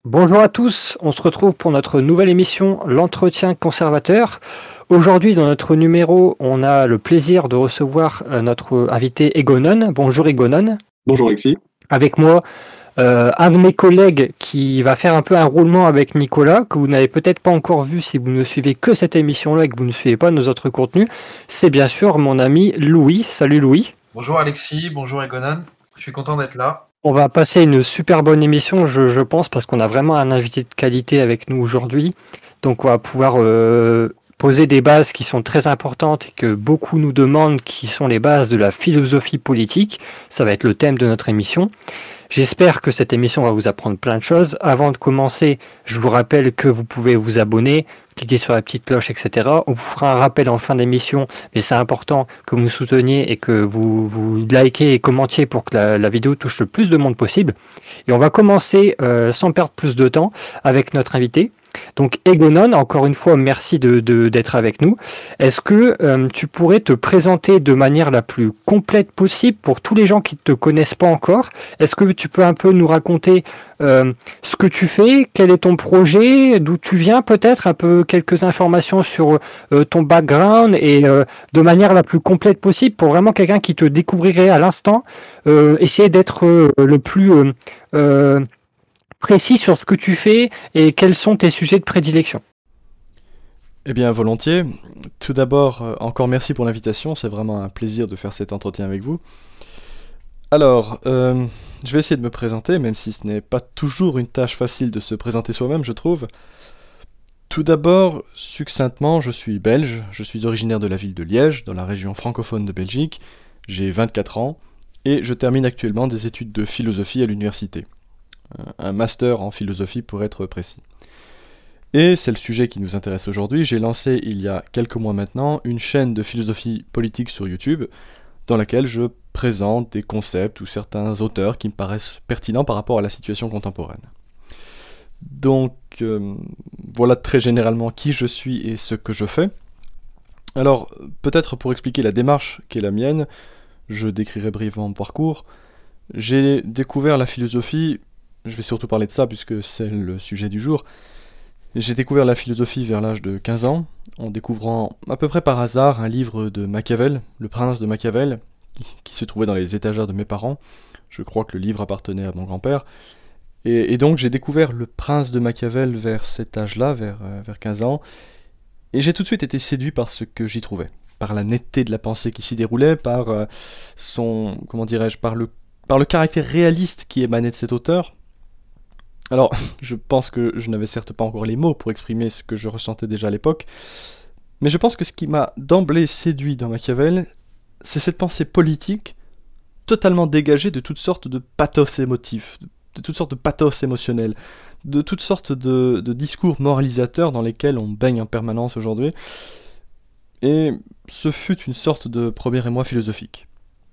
Bonjour à tous, on se retrouve pour notre nouvelle émission L'entretien conservateur. Aujourd'hui dans notre numéro, on a le plaisir de recevoir notre invité Egonon. Bonjour Egonon. Bonjour Alexis. Avec moi, un de mes collègues qui va faire un peu un roulement avec Nicolas, que vous n'avez peut-être pas encore vu si vous ne suivez que cette émission-là et que vous ne suivez pas nos autres contenus. C'est bien sûr mon ami Louis. Salut Louis. Bonjour Alexis, bonjour Egonon. Je suis content d'être là. On va passer une super bonne émission, je pense, parce qu'on a vraiment un invité de qualité avec nous aujourd'hui. Donc on va pouvoir poser des bases qui sont très importantes et que beaucoup nous demandent, qui sont les bases de la philosophie politique. Ça va être le thème de notre émission. J'espère que cette émission va vous apprendre plein de choses. Avant de commencer, je vous rappelle que vous pouvez vous abonner, cliquer sur la petite cloche, etc. On vous fera un rappel en fin d'émission, mais c'est important que vous nous souteniez et que vous likez et commentiez pour que la vidéo touche le plus de monde possible. Et on va commencer sans perdre plus de temps avec notre invité. Donc Egonon, encore une fois, merci d'être avec nous. Est-ce que tu pourrais te présenter de manière la plus complète possible pour tous les gens qui ne te connaissent pas encore? Est-ce que tu peux un peu nous raconter ce que tu fais, quel est ton projet, d'où tu viens peut-être, un peu quelques informations sur ton background et de manière la plus complète possible pour vraiment quelqu'un qui te découvrirait à l'instant, essayer d'être le plus précis sur ce que tu fais et quels sont tes sujets de prédilection. Eh bien, volontiers. Tout d'abord, encore merci pour l'invitation. C'est vraiment un plaisir de faire cet entretien avec vous. Alors, je vais essayer de me présenter, même si ce n'est pas toujours une tâche facile de se présenter soi-même, je trouve. Tout d'abord, succinctement, je suis belge. Je suis originaire de la ville de Liège, dans la région francophone de Belgique. J'ai 24 ans et je termine actuellement des études de philosophie à l'université. Un master en philosophie pour être précis. Et c'est le sujet qui nous intéresse aujourd'hui. J'ai lancé il y a quelques mois maintenant une chaîne de philosophie politique sur YouTube dans laquelle je présente des concepts ou certains auteurs qui me paraissent pertinents par rapport à la situation contemporaine. Donc voilà très généralement qui je suis et ce que je fais. Alors peut-être pour expliquer la démarche qui est la mienne, je décrirai brièvement mon parcours. J'ai découvert la philosophie. Je vais surtout parler de ça puisque c'est le sujet du jour. J'ai découvert la philosophie vers l'âge de 15 ans, en découvrant à peu près par hasard un livre de Machiavel, Le Prince de Machiavel, qui se trouvait dans les étagères de mes parents. Je crois que le livre appartenait à mon grand-père. Et donc j'ai découvert Le Prince de Machiavel vers cet âge-là, vers 15 ans, et j'ai tout de suite été séduit par ce que j'y trouvais, par la netteté de la pensée qui s'y déroulait, par son, comment dirais-je, par le caractère réaliste qui émanait de cet auteur. Alors, je pense que je n'avais certes pas encore les mots pour exprimer ce que je ressentais déjà à l'époque, mais je pense que ce qui m'a d'emblée séduit dans Machiavel, c'est cette pensée politique totalement dégagée de toutes sortes de pathos émotifs, de toutes sortes de pathos émotionnels, de toutes sortes de discours moralisateurs dans lesquels on baigne en permanence aujourd'hui. Et ce fut une sorte de premier émoi philosophique.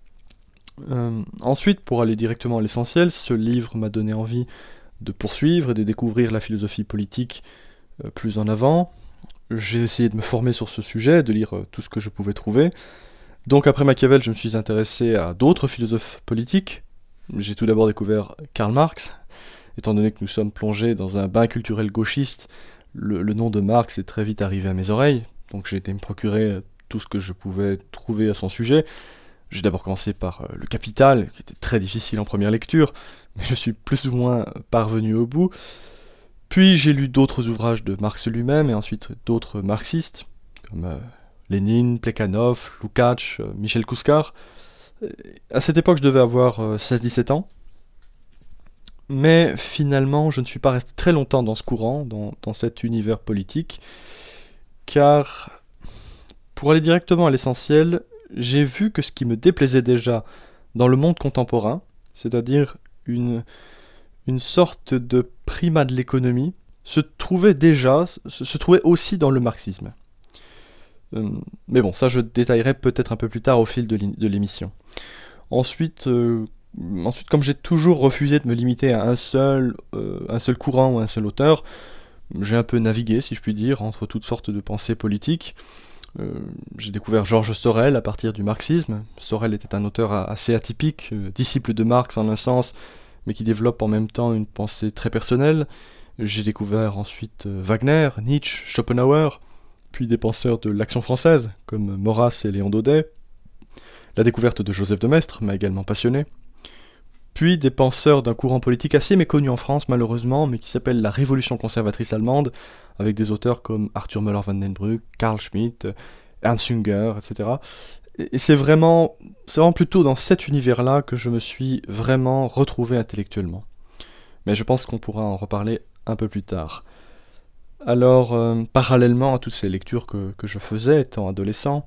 Ensuite, pour aller directement à l'essentiel, ce livre m'a donné envie de poursuivre et de découvrir la philosophie politique plus en avant. J'ai essayé de me former sur ce sujet, de lire tout ce que je pouvais trouver. Donc après Machiavel, je me suis intéressé à d'autres philosophes politiques. J'ai tout d'abord découvert Karl Marx. Étant donné que nous sommes plongés dans un bain culturel gauchiste, le nom de Marx est très vite arrivé à mes oreilles. Donc j'ai été me procurer tout ce que je pouvais trouver à son sujet. J'ai d'abord commencé par Le Capital, qui était très difficile en première lecture, mais je suis plus ou moins parvenu au bout. Puis j'ai lu d'autres ouvrages de Marx lui-même, et ensuite d'autres marxistes, comme Lénine, Plekhanov, Lukács, Michel Kouskar. À cette époque, je devais avoir 16-17 ans, mais finalement, je ne suis pas resté très longtemps dans ce courant, dans cet univers politique, car, pour aller directement à l'essentiel, j'ai vu que ce qui me déplaisait déjà dans le monde contemporain, c'est-à-dire une sorte de primat de l'économie, se trouvait aussi dans le marxisme. Mais bon, ça je détaillerai peut-être un peu plus tard au fil de l'émission. Ensuite, comme j'ai toujours refusé de me limiter à un seul courant ou un seul auteur, j'ai un peu navigué, si je puis dire, entre toutes sortes de pensées politiques. J'ai découvert Georges Sorel à partir du marxisme. Sorel était un auteur assez atypique, disciple de Marx en un sens, mais qui développe en même temps une pensée très personnelle. J'ai découvert ensuite Wagner, Nietzsche, Schopenhauer, puis des penseurs de l'Action française, comme Maurras et Léon Daudet. La découverte de Joseph de Maistre m'a également passionné. Puis des penseurs d'un courant politique assez méconnu en France, malheureusement, mais qui s'appelle la Révolution conservatrice allemande, avec des auteurs comme Arthur Müller-van den Bruck, Carl Schmitt, Ernst Jünger, etc. Et c'est vraiment plutôt dans cet univers-là que je me suis vraiment retrouvé intellectuellement. Mais je pense qu'on pourra en reparler un peu plus tard. Alors, parallèlement à toutes ces lectures que je faisais étant adolescent,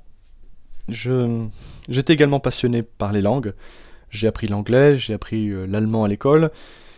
j'étais également passionné par les langues. J'ai appris l'anglais, j'ai appris l'allemand à l'école,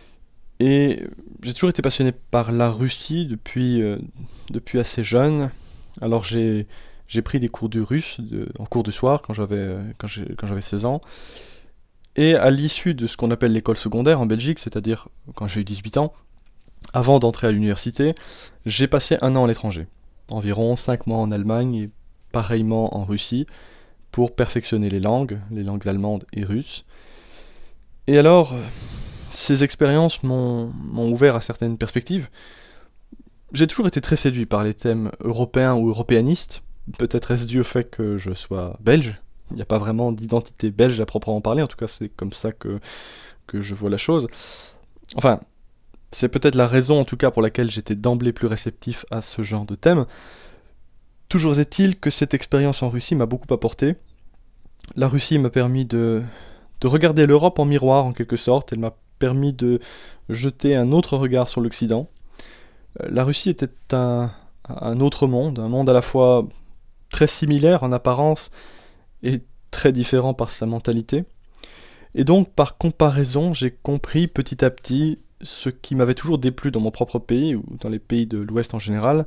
et j'ai toujours été passionné par la Russie depuis assez jeune. Alors j'ai pris des cours de russe en cours du soir quand j'avais 16 ans. Et à l'issue de ce qu'on appelle l'école secondaire en Belgique, c'est-à-dire quand j'ai eu 18 ans, avant d'entrer à l'université, j'ai passé un an à l'étranger. Environ 5 mois en Allemagne et pareillement en Russie, pour perfectionner les langues allemandes et russes. Et alors, ces expériences m'ont ouvert à certaines perspectives. J'ai toujours été très séduit par les thèmes européens ou européanistes. Peut-être est-ce dû au fait que je sois belge. Il n'y a pas vraiment d'identité belge à proprement parler, en tout cas c'est comme ça que je vois la chose. Enfin, c'est peut-être la raison en tout cas pour laquelle j'étais d'emblée plus réceptif à ce genre de thème. Toujours est-il que cette expérience en Russie m'a beaucoup apporté. La Russie m'a permis de regarder l'Europe en miroir en quelque sorte. Elle m'a permis de jeter un autre regard sur l'Occident. La Russie était un autre monde, un monde à la fois très similaire en apparence et très différent par sa mentalité. Et donc, par comparaison, j'ai compris petit à petit ce qui m'avait toujours déplu dans mon propre pays, ou dans les pays de l'Ouest en général.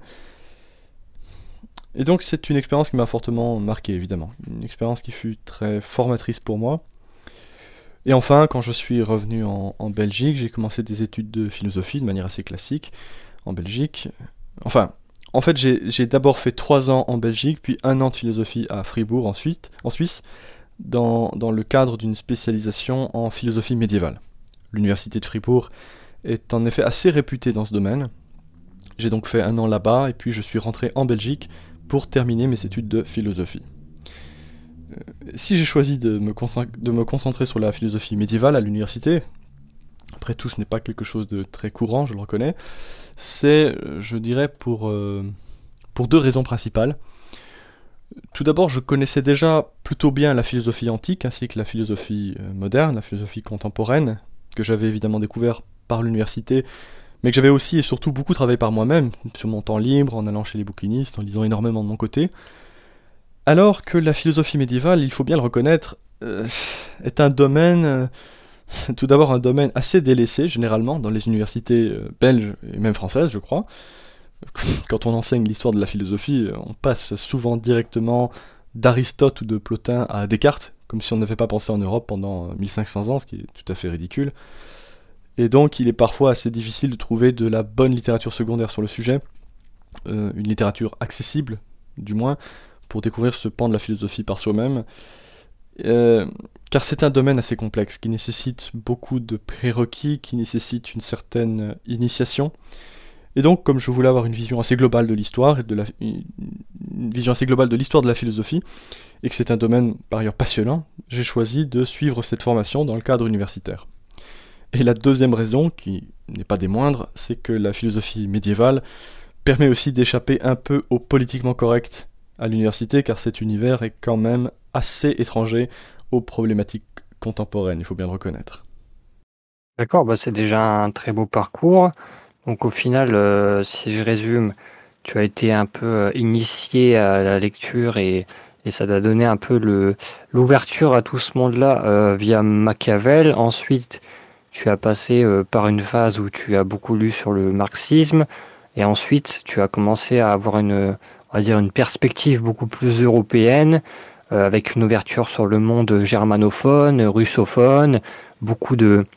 Et donc, c'est une expérience qui m'a fortement marqué, évidemment. Une expérience qui fut très formatrice pour moi. Et enfin, quand je suis revenu en Belgique, j'ai commencé des études de philosophie de manière assez classique en Belgique. Enfin, en fait, j'ai d'abord fait 3 ans en Belgique, puis 1 an de philosophie à Fribourg, en Suisse, dans le cadre d'une spécialisation en philosophie médiévale. L'université de Fribourg est en effet assez réputée dans ce domaine. J'ai donc fait 1 an là-bas, et puis je suis rentré en Belgique pour terminer mes études de philosophie. Si j'ai choisi de me concentrer sur la philosophie médiévale à l'université, après tout ce n'est pas quelque chose de très courant, je le reconnais, c'est, je dirais, pour 2 raisons principales. Tout d'abord, je connaissais déjà plutôt bien la philosophie antique, ainsi que la philosophie moderne, la philosophie contemporaine, que j'avais évidemment découvert par l'université, mais que j'avais aussi et surtout beaucoup travaillé par moi-même, sur mon temps libre, en allant chez les bouquinistes, en lisant énormément de mon côté. Alors que la philosophie médiévale, il faut bien le reconnaître, est un domaine, tout d'abord un domaine assez délaissé généralement dans les universités belges et même françaises, je crois. Quand on enseigne l'histoire de la philosophie, on passe souvent directement d'Aristote ou de Plotin à Descartes, comme si on n'avait pas pensé en Europe pendant 1500 ans, ce qui est tout à fait ridicule. Et donc il est parfois assez difficile de trouver de la bonne littérature secondaire sur le sujet, une littérature accessible, du moins, pour découvrir ce pan de la philosophie par soi-même, car c'est un domaine assez complexe, qui nécessite beaucoup de prérequis, qui nécessite une certaine initiation. Et donc, comme je voulais avoir une vision assez globale de l'histoire, une vision assez globale de l'histoire de la philosophie, et que c'est un domaine par ailleurs passionnant, j'ai choisi de suivre cette formation dans le cadre universitaire. Et la deuxième raison, qui n'est pas des moindres, c'est que la philosophie médiévale permet aussi d'échapper un peu au politiquement correct à l'université, car cet univers est quand même assez étranger aux problématiques contemporaines, il faut bien le reconnaître. D'accord, bah c'est déjà un très beau parcours. Donc au final, si je résume, tu as été un peu initié à la lecture et ça t'a donné un peu l'ouverture à tout ce monde-là via Machiavel. Ensuite, tu as passé par une phase où tu as beaucoup lu sur le marxisme et ensuite tu as commencé à avoir on va dire une perspective beaucoup plus européenne avec une ouverture sur le monde germanophone, russophone, beaucoup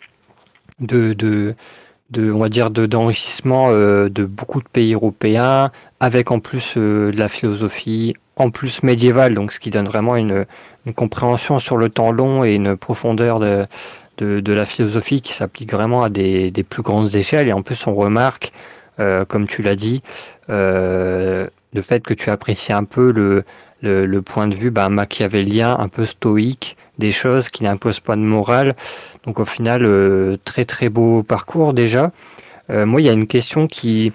on va dire d'enrichissement de beaucoup de pays européens, avec en plus de la philosophie en plus médiévale, donc ce qui donne vraiment une compréhension sur le temps long et une profondeur de la philosophie qui s'applique vraiment à des plus grandes échelles. Et en plus, on remarque comme tu l'as dit, le fait que tu apprécies un peu le point de vue machiavélien, un peu stoïque, des choses qui n'imposent pas de morale. Donc au final, très très beau parcours déjà. Moi, il y a une question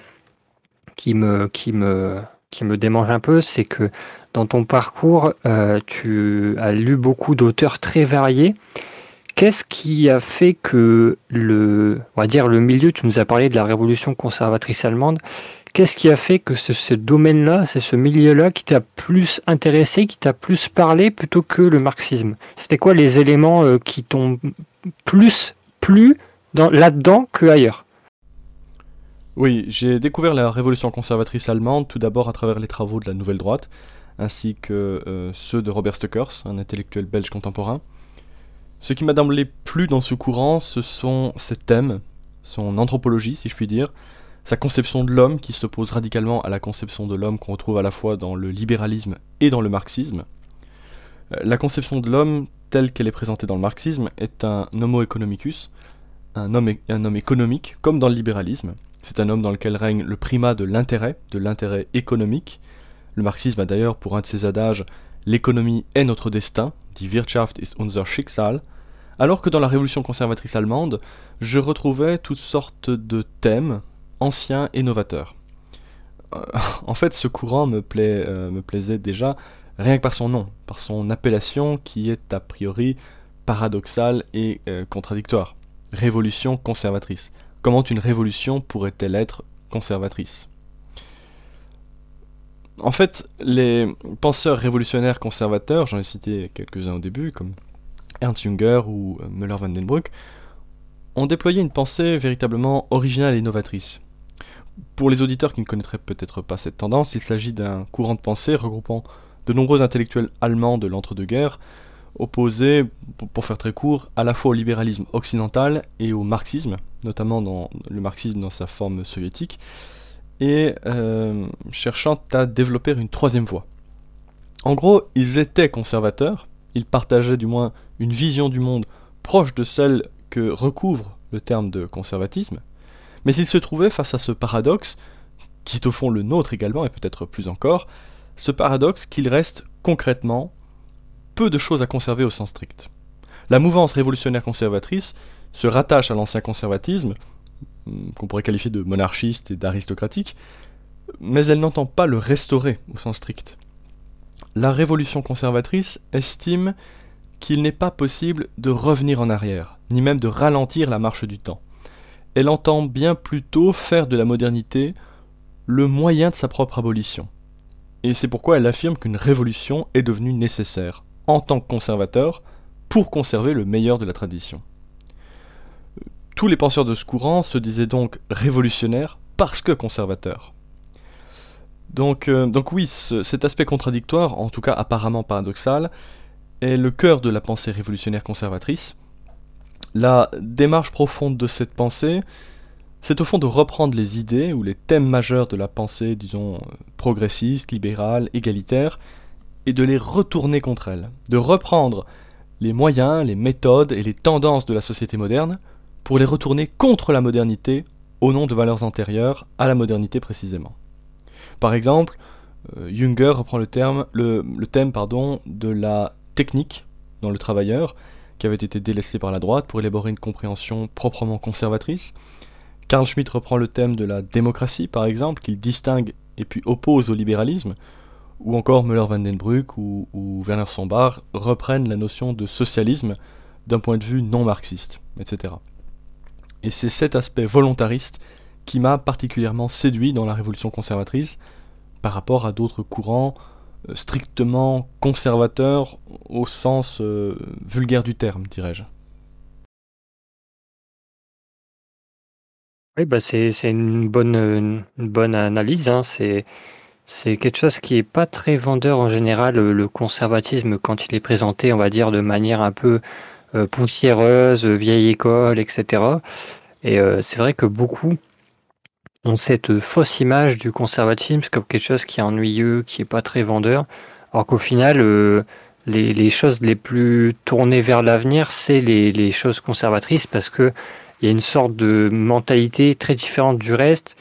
qui me démange un peu, c'est que dans ton parcours, tu as lu beaucoup d'auteurs très variés. Qu'est-ce qui a fait que on va dire le milieu, tu nous as parlé de la révolution conservatrice allemande, qu'est-ce qui a fait que ce domaine-là, c'est ce milieu-là qui t'a plus intéressé, qui t'a plus parlé plutôt que le marxisme? C'était quoi les éléments qui t'ont plus plu là-dedans qu'ailleurs? Oui, j'ai découvert la révolution conservatrice allemande tout d'abord à travers les travaux de la Nouvelle Droite, ainsi que ceux de Robert Stuckers, un intellectuel belge contemporain. Ce qui m'a d'emblée plu dans ce courant, ce sont ses thèmes, son anthropologie, si je puis dire, sa conception de l'homme qui s'oppose radicalement à la conception de l'homme qu'on retrouve à la fois dans le libéralisme et dans le marxisme. La conception de l'homme, telle qu'elle est présentée dans le marxisme, est un homo economicus, un homme économique, comme dans le libéralisme. C'est un homme dans lequel règne le primat de l'intérêt économique. Le marxisme a d'ailleurs pour un de ses adages « l'économie est notre destin », die Wirtschaft ist unser Schicksal, alors que dans la révolution conservatrice allemande, je retrouvais toutes sortes de thèmes anciens et novateurs. En fait, ce courant me plaisait déjà rien que par son nom, par son appellation qui est a priori paradoxale et contradictoire. Révolution conservatrice. Comment une révolution pourrait-elle être conservatrice? En fait, les penseurs révolutionnaires conservateurs, j'en ai cité quelques-uns au début, comme Ernst Jünger ou Müller van den Bruck, ont déployé une pensée véritablement originale et novatrice. Pour les auditeurs qui ne connaîtraient peut-être pas cette tendance, il s'agit d'un courant de pensée regroupant de nombreux intellectuels allemands de l'entre-deux-guerres, opposés, pour faire très court, à la fois au libéralisme occidental et au marxisme, notamment dans le marxisme dans sa forme soviétique, et cherchant à développer une troisième voie. En gros, ils étaient conservateurs, ils partageaient du moins une vision du monde proche de celle que recouvre le terme de conservatisme, mais ils se trouvaient face à ce paradoxe, qui est au fond le nôtre également, et peut-être plus encore, ce paradoxe qu'il reste concrètement peu de choses à conserver au sens strict. La mouvance révolutionnaire conservatrice se rattache à l'ancien conservatisme, qu'on pourrait qualifier de monarchiste et d'aristocratique, mais elle n'entend pas le restaurer au sens strict. La révolution conservatrice estime qu'il n'est pas possible de revenir en arrière, ni même de ralentir la marche du temps. Elle entend bien plutôt faire de la modernité le moyen de sa propre abolition. Et c'est pourquoi elle affirme qu'une révolution est devenue nécessaire, en tant que conservateur, pour conserver le meilleur de la tradition. Tous les penseurs de ce courant se disaient donc révolutionnaires parce que conservateurs. Donc oui, cet aspect contradictoire, en tout cas apparemment paradoxal, est le cœur de la pensée révolutionnaire conservatrice. La démarche profonde de cette pensée, c'est au fond de reprendre les idées ou les thèmes majeurs de la pensée, disons, progressiste, libérale, égalitaire, et de les retourner contre elle, de reprendre les moyens, les méthodes et les tendances de la société moderne pour les retourner contre la modernité au nom de valeurs antérieures à la modernité précisément. Par exemple, Jünger reprend le thème de la technique dans le travailleur, qui avait été délaissé par la droite pour élaborer une compréhension proprement conservatrice. Carl Schmitt reprend le thème de la démocratie, par exemple, qu'il distingue et puis oppose au libéralisme, ou encore Müller van den Bruck ou Werner Sombart reprennent la notion de socialisme d'un point de vue non marxiste, etc. Et c'est cet aspect volontariste qui m'a particulièrement séduit dans la révolution conservatrice par rapport à d'autres courants strictement conservateurs au sens vulgaire du terme, dirais-je. Oui, c'est une bonne analyse, hein. C'est quelque chose qui est pas très vendeur en général, le conservatisme, quand il est présenté, on va dire, de manière un peu poussiéreuse, vieille école, etc. Et c'est vrai que beaucoup ont cette fausse image du conservatisme comme quelque chose qui est ennuyeux, qui est pas très vendeur, alors qu'au final, les choses les plus tournées vers l'avenir, c'est les choses conservatrices, parce que il y a une sorte de mentalité très différente du reste,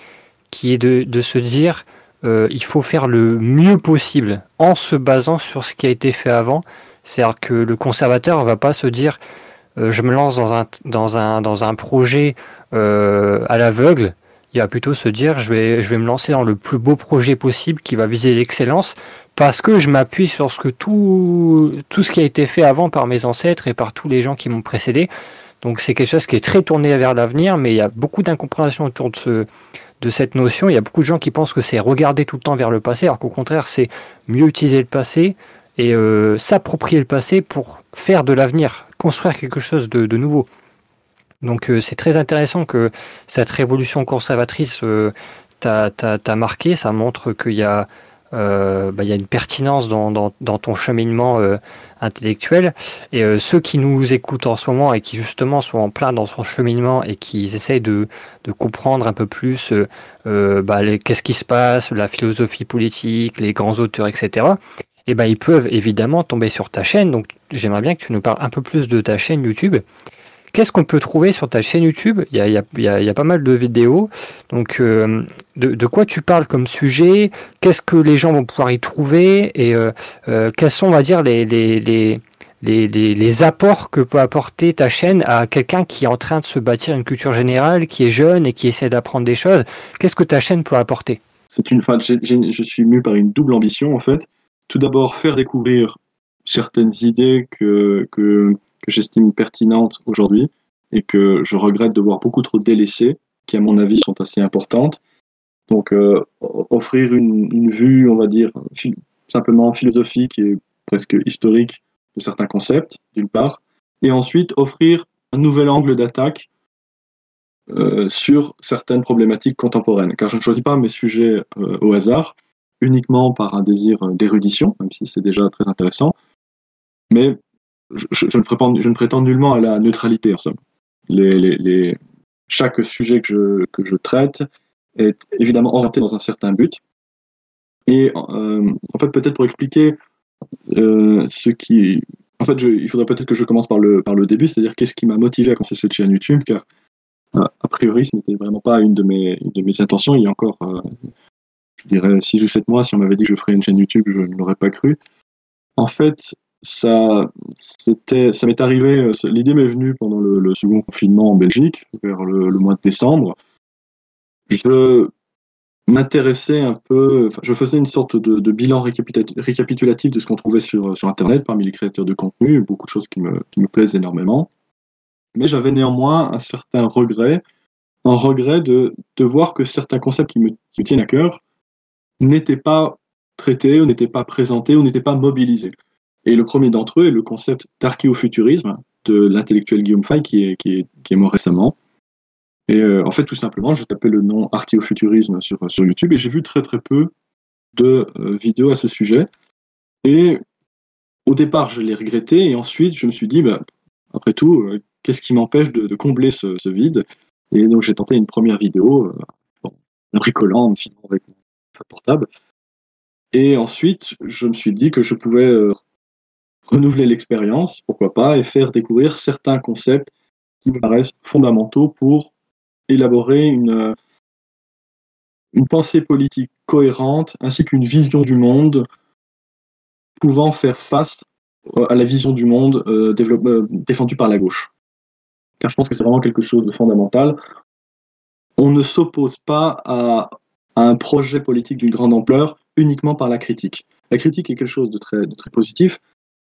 qui est de se dire il faut faire le mieux possible en se basant sur ce qui a été fait avant. C'est-à-dire que le conservateur ne va pas se dire je me lance dans un projet à l'aveugle. Il va plutôt se dire je vais me lancer dans le plus beau projet possible qui va viser l'excellence parce que je m'appuie sur tout ce qui a été fait avant par mes ancêtres et par tous les gens qui m'ont précédé. Donc c'est quelque chose qui est très tourné vers l'avenir, mais il y a beaucoup d'incompréhension autour de cette notion. Il y a beaucoup de gens qui pensent que c'est regarder tout le temps vers le passé, alors qu'au contraire c'est mieux utiliser le passé et s'approprier le passé pour faire de l'avenir, construire quelque chose de nouveau. Donc c'est très intéressant que cette révolution conservatrice t'a marqué. Ça montre qu'il y a, il y a une pertinence dans ton cheminement intellectuel. Et ceux qui nous écoutent en ce moment et qui justement sont en plein dans son cheminement et qui essayent de comprendre un peu plus qu'est-ce qui se passe, la philosophie politique, les grands auteurs, etc., et ils peuvent évidemment tomber sur ta chaîne. Donc j'aimerais bien que tu nous parles un peu plus de ta chaîne YouTube. Qu'est-ce qu'on peut trouver sur ta chaîne YouTube ? Il y a pas mal de vidéos. Donc, de quoi tu parles comme sujet ? Qu'est-ce que les gens vont pouvoir y trouver ? Et quels sont, on va dire, les apports que peut apporter ta chaîne à quelqu'un qui est en train de se bâtir une culture générale, qui est jeune et qui essaie d'apprendre des choses ? Qu'est-ce que ta chaîne peut apporter ? Je suis mu par une double ambition, en fait. Tout d'abord, faire découvrir certaines idées que j'estime pertinentes aujourd'hui et que je regrette de voir beaucoup trop délaissées, qui à mon avis sont assez importantes. Donc offrir une vue, on va dire, simplement philosophique et presque historique de certains concepts, d'une part, et ensuite offrir un nouvel angle d'attaque sur certaines problématiques contemporaines, car je ne choisis pas mes sujets au hasard, uniquement par un désir d'érudition, même si c'est déjà très intéressant, mais je ne prétends nullement à la neutralité, en somme. Chaque sujet que je traite est évidemment orienté dans un certain but. Et en fait, peut-être pour expliquer ce qui... En fait, il faudrait peut-être que je commence par le début, c'est-à-dire qu'est-ce qui m'a motivé à commencer cette chaîne YouTube, car a priori, ce n'était vraiment pas une de mes intentions. Il y a encore, je dirais, 6 ou 7 mois, si on m'avait dit que je ferais une chaîne YouTube, je ne l'aurais pas cru. En fait, ça m'est arrivé, l'idée m'est venue pendant le second confinement en Belgique, vers le mois de décembre. Je m'intéressais un peu, je faisais une sorte de bilan récapitulatif de ce qu'on trouvait sur Internet parmi les créateurs de contenu, beaucoup de choses qui me plaisent énormément. Mais j'avais néanmoins un certain regret, de voir que certains concepts qui me tiennent à cœur n'étaient pas traités, ou n'étaient pas présentés, ou n'étaient pas mobilisés. Et le premier d'entre eux est le concept d'archéofuturisme de l'intellectuel Guillaume Fay qui est mort récemment. Et en fait, tout simplement, je tapais le nom archéofuturisme sur YouTube et j'ai vu très très peu de vidéos à ce sujet. Et au départ, je l'ai regretté et ensuite, je me suis dit, après tout, qu'est-ce qui m'empêche de combler ce vide ? Et donc, j'ai tenté une première vidéo en bricolant, en me filmant avec mon portable. Et ensuite, je me suis dit que je pouvais renouveler l'expérience, pourquoi pas, et faire découvrir certains concepts qui me paraissent fondamentaux pour élaborer une pensée politique cohérente, ainsi qu'une vision du monde pouvant faire face à la vision du monde défendue par la gauche. Car je pense que c'est vraiment quelque chose de fondamental. On ne s'oppose pas à un projet politique d'une grande ampleur uniquement par la critique. La critique est quelque chose de très positif,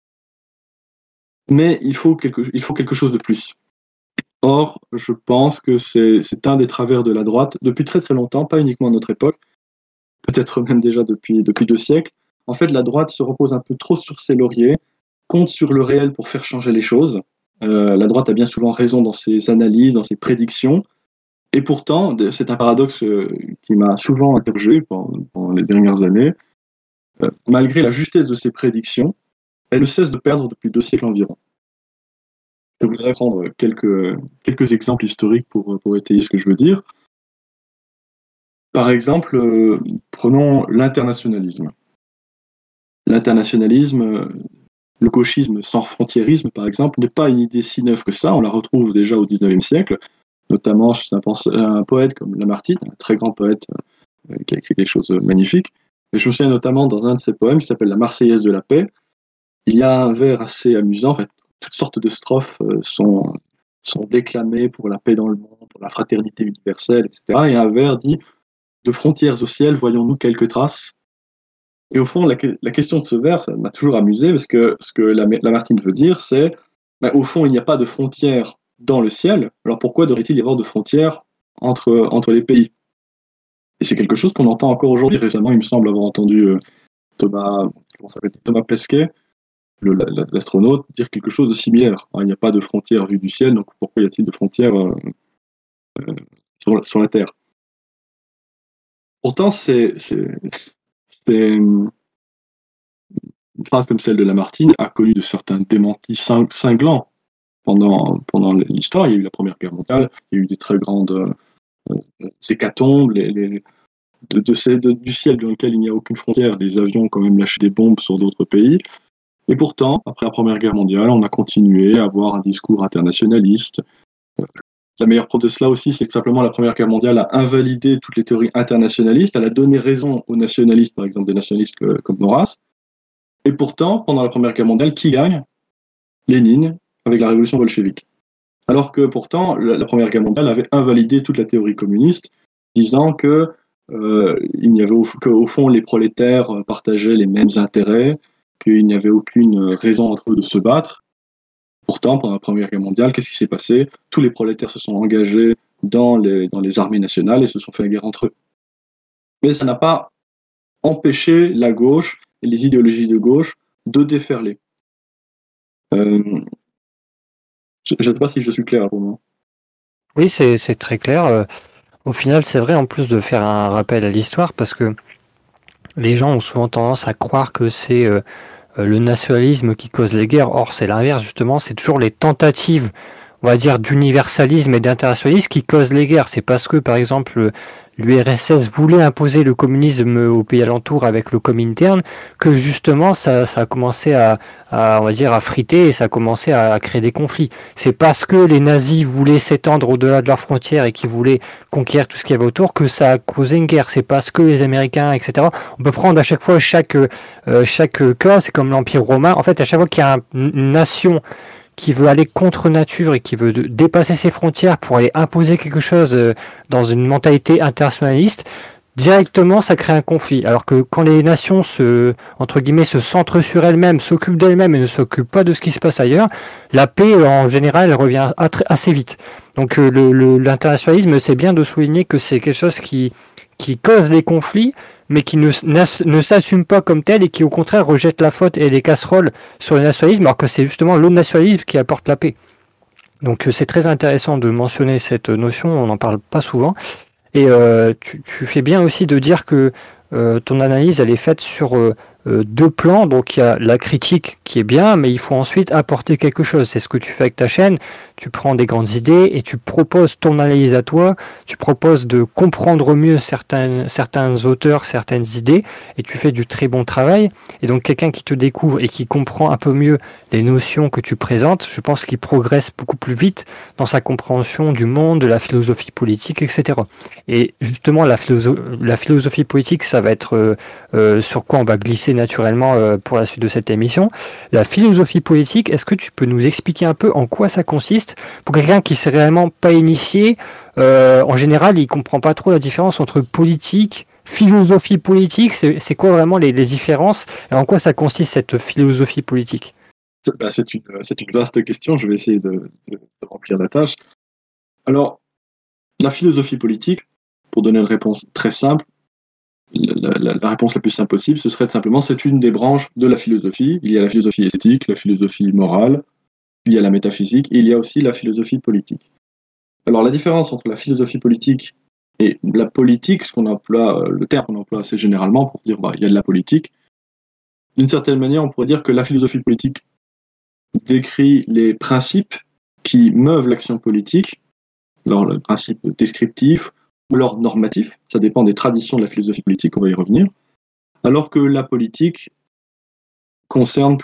mais il faut quelque chose de plus. Or, je pense que c'est un des travers de la droite depuis très très longtemps, pas uniquement à notre époque, peut-être même déjà depuis 2 siècles. En fait, la droite se repose un peu trop sur ses lauriers, compte sur le réel pour faire changer les choses. La droite a bien souvent raison dans ses analyses, dans ses prédictions, et pourtant, c'est un paradoxe qui m'a souvent interrogé pendant les dernières années. Malgré la justesse de ses prédictions, elle ne cesse de perdre depuis 2 siècles environ. Je voudrais prendre quelques exemples historiques pour étayer ce que je veux dire. Par exemple, prenons l'internationalisme. L'internationalisme, le gauchisme sans frontiérisme, par exemple, n'est pas une idée si neuve que ça. On la retrouve déjà au XIXe siècle, notamment chez un poète comme Lamartine, un très grand poète qui a écrit quelque chose de magnifique. Et je me souviens notamment dans un de ses poèmes qui s'appelle La Marseillaise de la paix, il y a un vers assez amusant. En fait, toutes sortes de strophes sont déclamées pour la paix dans le monde, pour la fraternité universelle, etc. Et un vers dit « De frontières au ciel, voyons-nous quelques traces ?» Et au fond, la question de ce vers, ça m'a toujours amusé, parce que ce que Lamartine veut dire, c'est au fond, il n'y a pas de frontières dans le ciel, alors pourquoi devrait-il y avoir de frontières entre les pays? Et c'est quelque chose qu'on entend encore aujourd'hui. Récemment, il me semble avoir entendu Thomas Pesquet, l'astronaute, dire quelque chose de similaire. Il n'y a pas de frontières vues du ciel, donc pourquoi y a-t-il de frontières sur la Terre? Pourtant, c'est une phrase comme celle de Lamartine a connu de certains démentis cinglants pendant l'histoire. Il y a eu la Première Guerre mondiale, il y a eu des très grandes hécatombes, du ciel dans lequel il n'y a aucune frontière. Les avions ont quand même lâché des bombes sur d'autres pays. Et pourtant, après la Première Guerre mondiale, on a continué à avoir un discours internationaliste. La meilleure preuve de cela aussi, c'est que simplement la Première Guerre mondiale a invalidé toutes les théories internationalistes, elle a donné raison aux nationalistes, par exemple des nationalistes comme Maurras. Et pourtant, pendant la Première Guerre mondiale, qui gagne? Lénine, avec la révolution bolchevique. Alors que pourtant, la Première Guerre mondiale avait invalidé toute la théorie communiste, disant que il n'y avait qu'au fond les prolétaires partageaient les mêmes intérêts, qu'il n'y avait aucune raison entre eux de se battre. Pourtant, pendant la Première Guerre mondiale, qu'est-ce qui s'est passé? Tous les prolétaires se sont engagés dans les armées nationales et se sont fait la guerre entre eux. Mais ça n'a pas empêché la gauche et les idéologies de gauche de déferler. Je ne sais pas si je suis clair pour moi. Oui, c'est très clair. Au final, c'est vrai, en plus de faire un rappel à l'histoire, parce que les gens ont souvent tendance à croire que c'est le nationalisme qui cause les guerres. Or, c'est l'inverse, justement, c'est toujours les tentatives, on va dire, d'universalisme et d'internationalisme qui causent les guerres. C'est parce que, par exemple, l'URSS voulait imposer le communisme aux pays alentours avec le Comintern que, justement, ça a commencé on va dire, à friter et ça a commencé à créer des conflits. C'est parce que les nazis voulaient s'étendre au-delà de leurs frontières et qu'ils voulaient conquérir tout ce qu'il y avait autour que ça a causé une guerre. C'est parce que les Américains, etc. On peut prendre à chaque fois chaque cas, c'est comme l'Empire romain. En fait, à chaque fois qu'il y a une nation qui veut aller contre nature et qui veut dépasser ses frontières pour aller imposer quelque chose dans une mentalité internationaliste, directement ça crée un conflit. Alors que quand les nations entre guillemets, se centrent sur elles-mêmes, s'occupent d'elles-mêmes et ne s'occupent pas de ce qui se passe ailleurs, la paix en général elle revient assez vite. Donc l'internationalisme, c'est bien de souligner que c'est quelque chose qui cause les conflits, mais qui ne s'assume pas comme tel et qui au contraire rejette la faute et les casseroles sur le nationalisme, alors que c'est justement le nationalisme qui apporte la paix. Donc c'est très intéressant de mentionner cette notion, on n'en parle pas souvent. Et tu fais bien aussi de dire que ton analyse elle est faite sur deux plans. Donc il y a la critique qui est bien, mais il faut ensuite apporter quelque chose. C'est ce que tu fais avec ta chaîne. Tu prends des grandes idées et tu proposes ton analyse à toi. Tu proposes de comprendre mieux certains auteurs, certaines idées, et tu fais du très bon travail. Et donc quelqu'un qui te découvre et qui comprend un peu mieux les notions que tu présentes, je pense qu'il progresse beaucoup plus vite dans sa compréhension du monde, de la philosophie politique, etc. Et justement, la philosophie politique, ça va être sur quoi on va glisser naturellement pour la suite de cette émission. La philosophie politique, est-ce que tu peux nous expliquer un peu en quoi ça consiste pour quelqu'un qui ne s'est réellement pas initié? En général, il ne comprend pas trop la différence entre politique, philosophie politique. C'est quoi vraiment les différences et en quoi ça consiste cette philosophie politique? C'est une vaste question, je vais essayer de remplir la tâche. Alors, la philosophie politique, pour donner une réponse très simple, la réponse la plus simple possible, ce serait simplement, c'est une des branches de la philosophie. Il y a la philosophie esthétique, la philosophie morale, il y a la métaphysique, et il y a aussi la philosophie politique. Alors la différence entre la philosophie politique et la politique, ce qu'on emploie, le terme qu'on emploie assez généralement pour dire il y a de la politique, d'une certaine manière, on pourrait dire que la philosophie politique décrit les principes qui meuvent l'action politique, alors le principe descriptif ou alors normatif, ça dépend des traditions de la philosophie politique, on va y revenir, alors que la politique concerne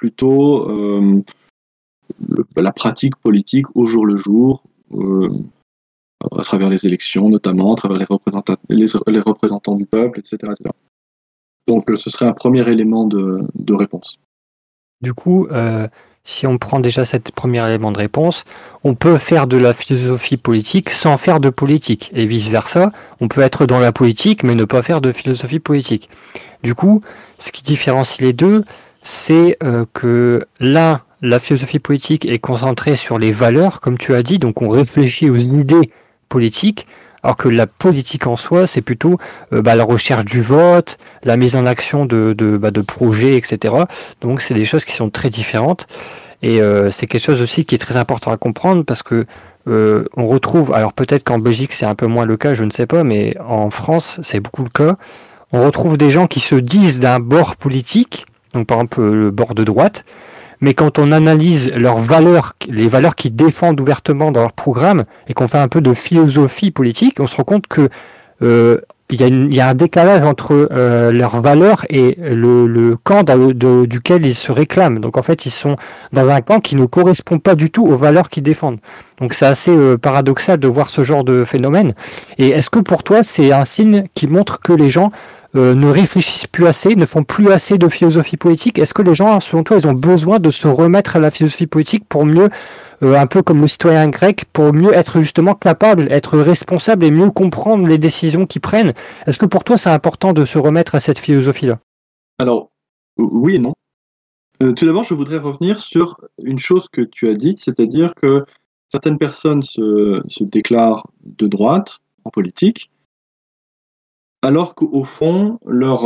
plutôt la pratique politique au jour le jour, à travers les élections notamment, à travers les représentants du peuple, etc., etc. Donc ce serait un premier élément de réponse. Du coup, si on prend déjà cet premier élément de réponse, on peut faire de la philosophie politique sans faire de politique, et vice-versa. On peut être dans la politique, mais ne pas faire de philosophie politique. Du coup, ce qui différencie les deux, c'est que l'un, la philosophie politique est concentrée sur les valeurs, comme tu as dit, donc on réfléchit aux idées politiques, alors que la politique en soi, c'est plutôt la recherche du vote, la mise en action de projets, etc. Donc c'est des choses qui sont très différentes. Et c'est quelque chose aussi qui est très important à comprendre parce que on retrouve, alors peut-être qu'en Belgique c'est un peu moins le cas, je ne sais pas, mais en France c'est beaucoup le cas. On retrouve des gens qui se disent d'un bord politique, donc par exemple le bord de droite, mais quand on analyse leurs valeurs, les valeurs qu'ils défendent ouvertement dans leur programme, et qu'on fait un peu de philosophie politique, on se rend compte que il y a un décalage entre leurs valeurs et le camp duquel ils se réclament. Donc en fait, ils sont dans un camp qui ne correspond pas du tout aux valeurs qu'ils défendent. Donc c'est assez paradoxal de voir ce genre de phénomène. Et est-ce que pour toi, c'est un signe qui montre que les gens ne réfléchissent plus assez, ne font plus assez de philosophie politique? Est-ce que les gens, selon toi, ils ont besoin de se remettre à la philosophie politique pour mieux, un peu comme le citoyen grec, pour mieux être justement capable, être responsable et mieux comprendre les décisions qu'ils prennent? Est-ce que pour toi, c'est important de se remettre à cette philosophie-là? Alors, oui et non. Tout d'abord, je voudrais revenir sur une chose que tu as dite, c'est-à-dire que certaines personnes se déclarent de droite en politique, alors qu'au fond, leur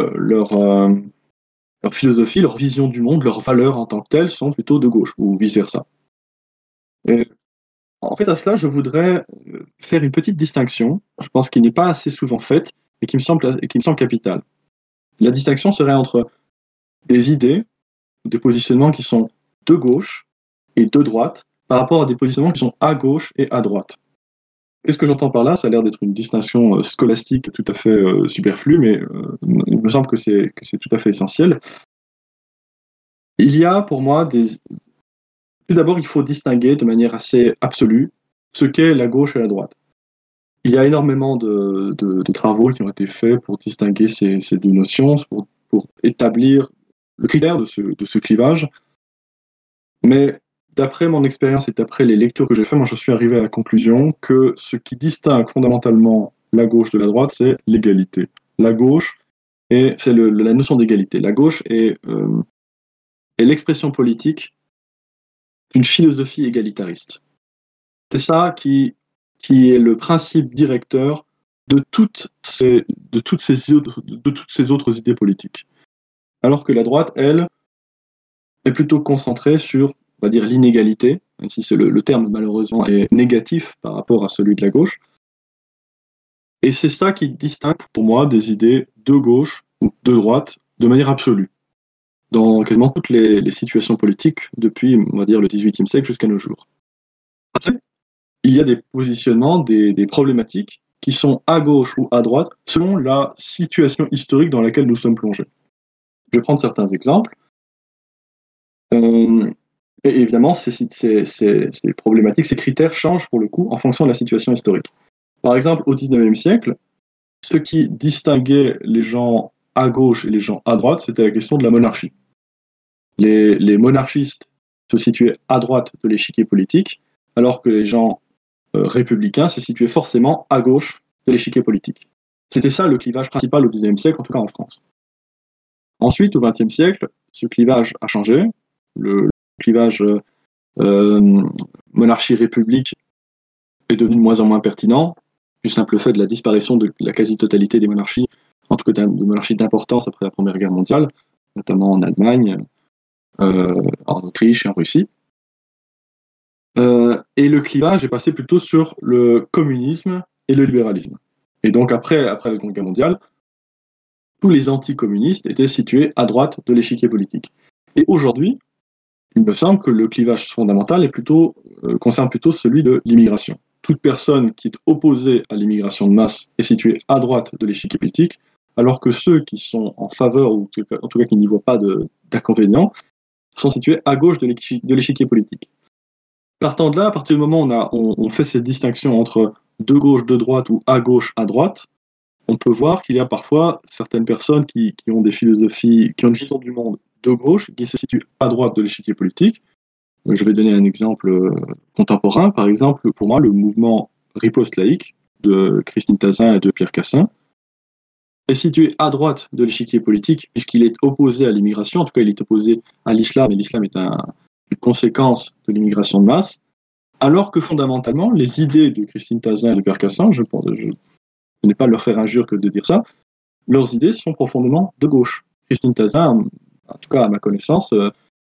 philosophie, leur vision du monde, leurs valeurs en tant que telles sont plutôt de gauche, ou vice-versa. En fait, à cela, je voudrais faire une petite distinction, je pense qu'il n'est pas assez souvent faite, et qui me semble capitale. La distinction serait entre des idées, des positionnements qui sont de gauche et de droite, par rapport à des positionnements qui sont à gauche et à droite. Qu'est-ce que j'entends par là? Ça a l'air d'être une distinction scolastique tout à fait superflue, mais il me semble que c'est tout à fait essentiel. Il y a pour moi tout d'abord, il faut distinguer de manière assez absolue ce qu'est la gauche et la droite. Il y a énormément de travaux qui ont été faits pour distinguer ces deux notions, pour établir le critère de ce clivage. Mais d'après mon expérience et d'après les lectures que j'ai faites, moi je suis arrivé à la conclusion que ce qui distingue fondamentalement la gauche de la droite, c'est l'égalité. La gauche, c'est la notion d'égalité. La gauche est l'expression politique d'une philosophie égalitariste. C'est ça qui est le principe directeur de toutes ces autres idées politiques. Alors que la droite, elle, est plutôt concentrée sur, on va dire, l'inégalité, même si le terme malheureusement est négatif par rapport à celui de la gauche. Et c'est ça qui distingue pour moi des idées de gauche ou de droite de manière absolue, dans quasiment toutes les situations politiques depuis, on va dire, le XVIIIe siècle jusqu'à nos jours. Après, il y a des positionnements, des problématiques qui sont à gauche ou à droite selon la situation historique dans laquelle nous sommes plongés. Je vais prendre certains exemples. Et évidemment, ces problématiques, ces critères changent pour le coup en fonction de la situation historique. Par exemple, au XIXe siècle, ce qui distinguait les gens à gauche et les gens à droite, c'était la question de la monarchie. Les monarchistes se situaient à droite de l'échiquier politique, alors que les gens républicains se situaient forcément à gauche de l'échiquier politique. C'était ça le clivage principal au XIXe siècle, en tout cas en France. Ensuite, au XXe siècle, ce clivage a changé. Le clivage monarchie-république est devenu de moins en moins pertinent, du simple fait de la disparition de la quasi-totalité des monarchies, en tout cas de monarchies d'importance après la Première Guerre mondiale, notamment en Allemagne, en Autriche et en Russie. Et le clivage est passé plutôt sur le communisme et le libéralisme. Et donc après la Seconde Guerre mondiale, tous les anticommunistes étaient situés à droite de l'échiquier politique. Et aujourd'hui, il me semble que le clivage fondamental concerne plutôt celui de l'immigration. Toute personne qui est opposée à l'immigration de masse est située à droite de l'échiquier politique, alors que ceux qui sont en faveur, ou en tout cas qui n'y voient pas d'inconvénient, sont situés à gauche de l'échiquier politique. partant de là, à partir du moment où on fait cette distinction entre de gauche, de droite ou à gauche, à droite, on peut voir qu'il y a parfois certaines personnes qui ont des philosophies, qui ont une vision du monde de gauche, qui se situent à droite de l'échiquier politique. Je vais donner un exemple contemporain. Par exemple, pour moi, le mouvement Riposte laïque de Christine Tazin et de Pierre Cassin est situé à droite de l'échiquier politique, puisqu'il est opposé à l'immigration. En tout cas, il est opposé à l'islam, et l'islam est une conséquence de l'immigration de masse, alors que fondamentalement, les idées de Christine Tazin et de Pierre Cassin, je n'ai pas leur faire injure que de dire ça, leurs idées sont profondément de gauche. Christine Tazin, en tout cas à ma connaissance,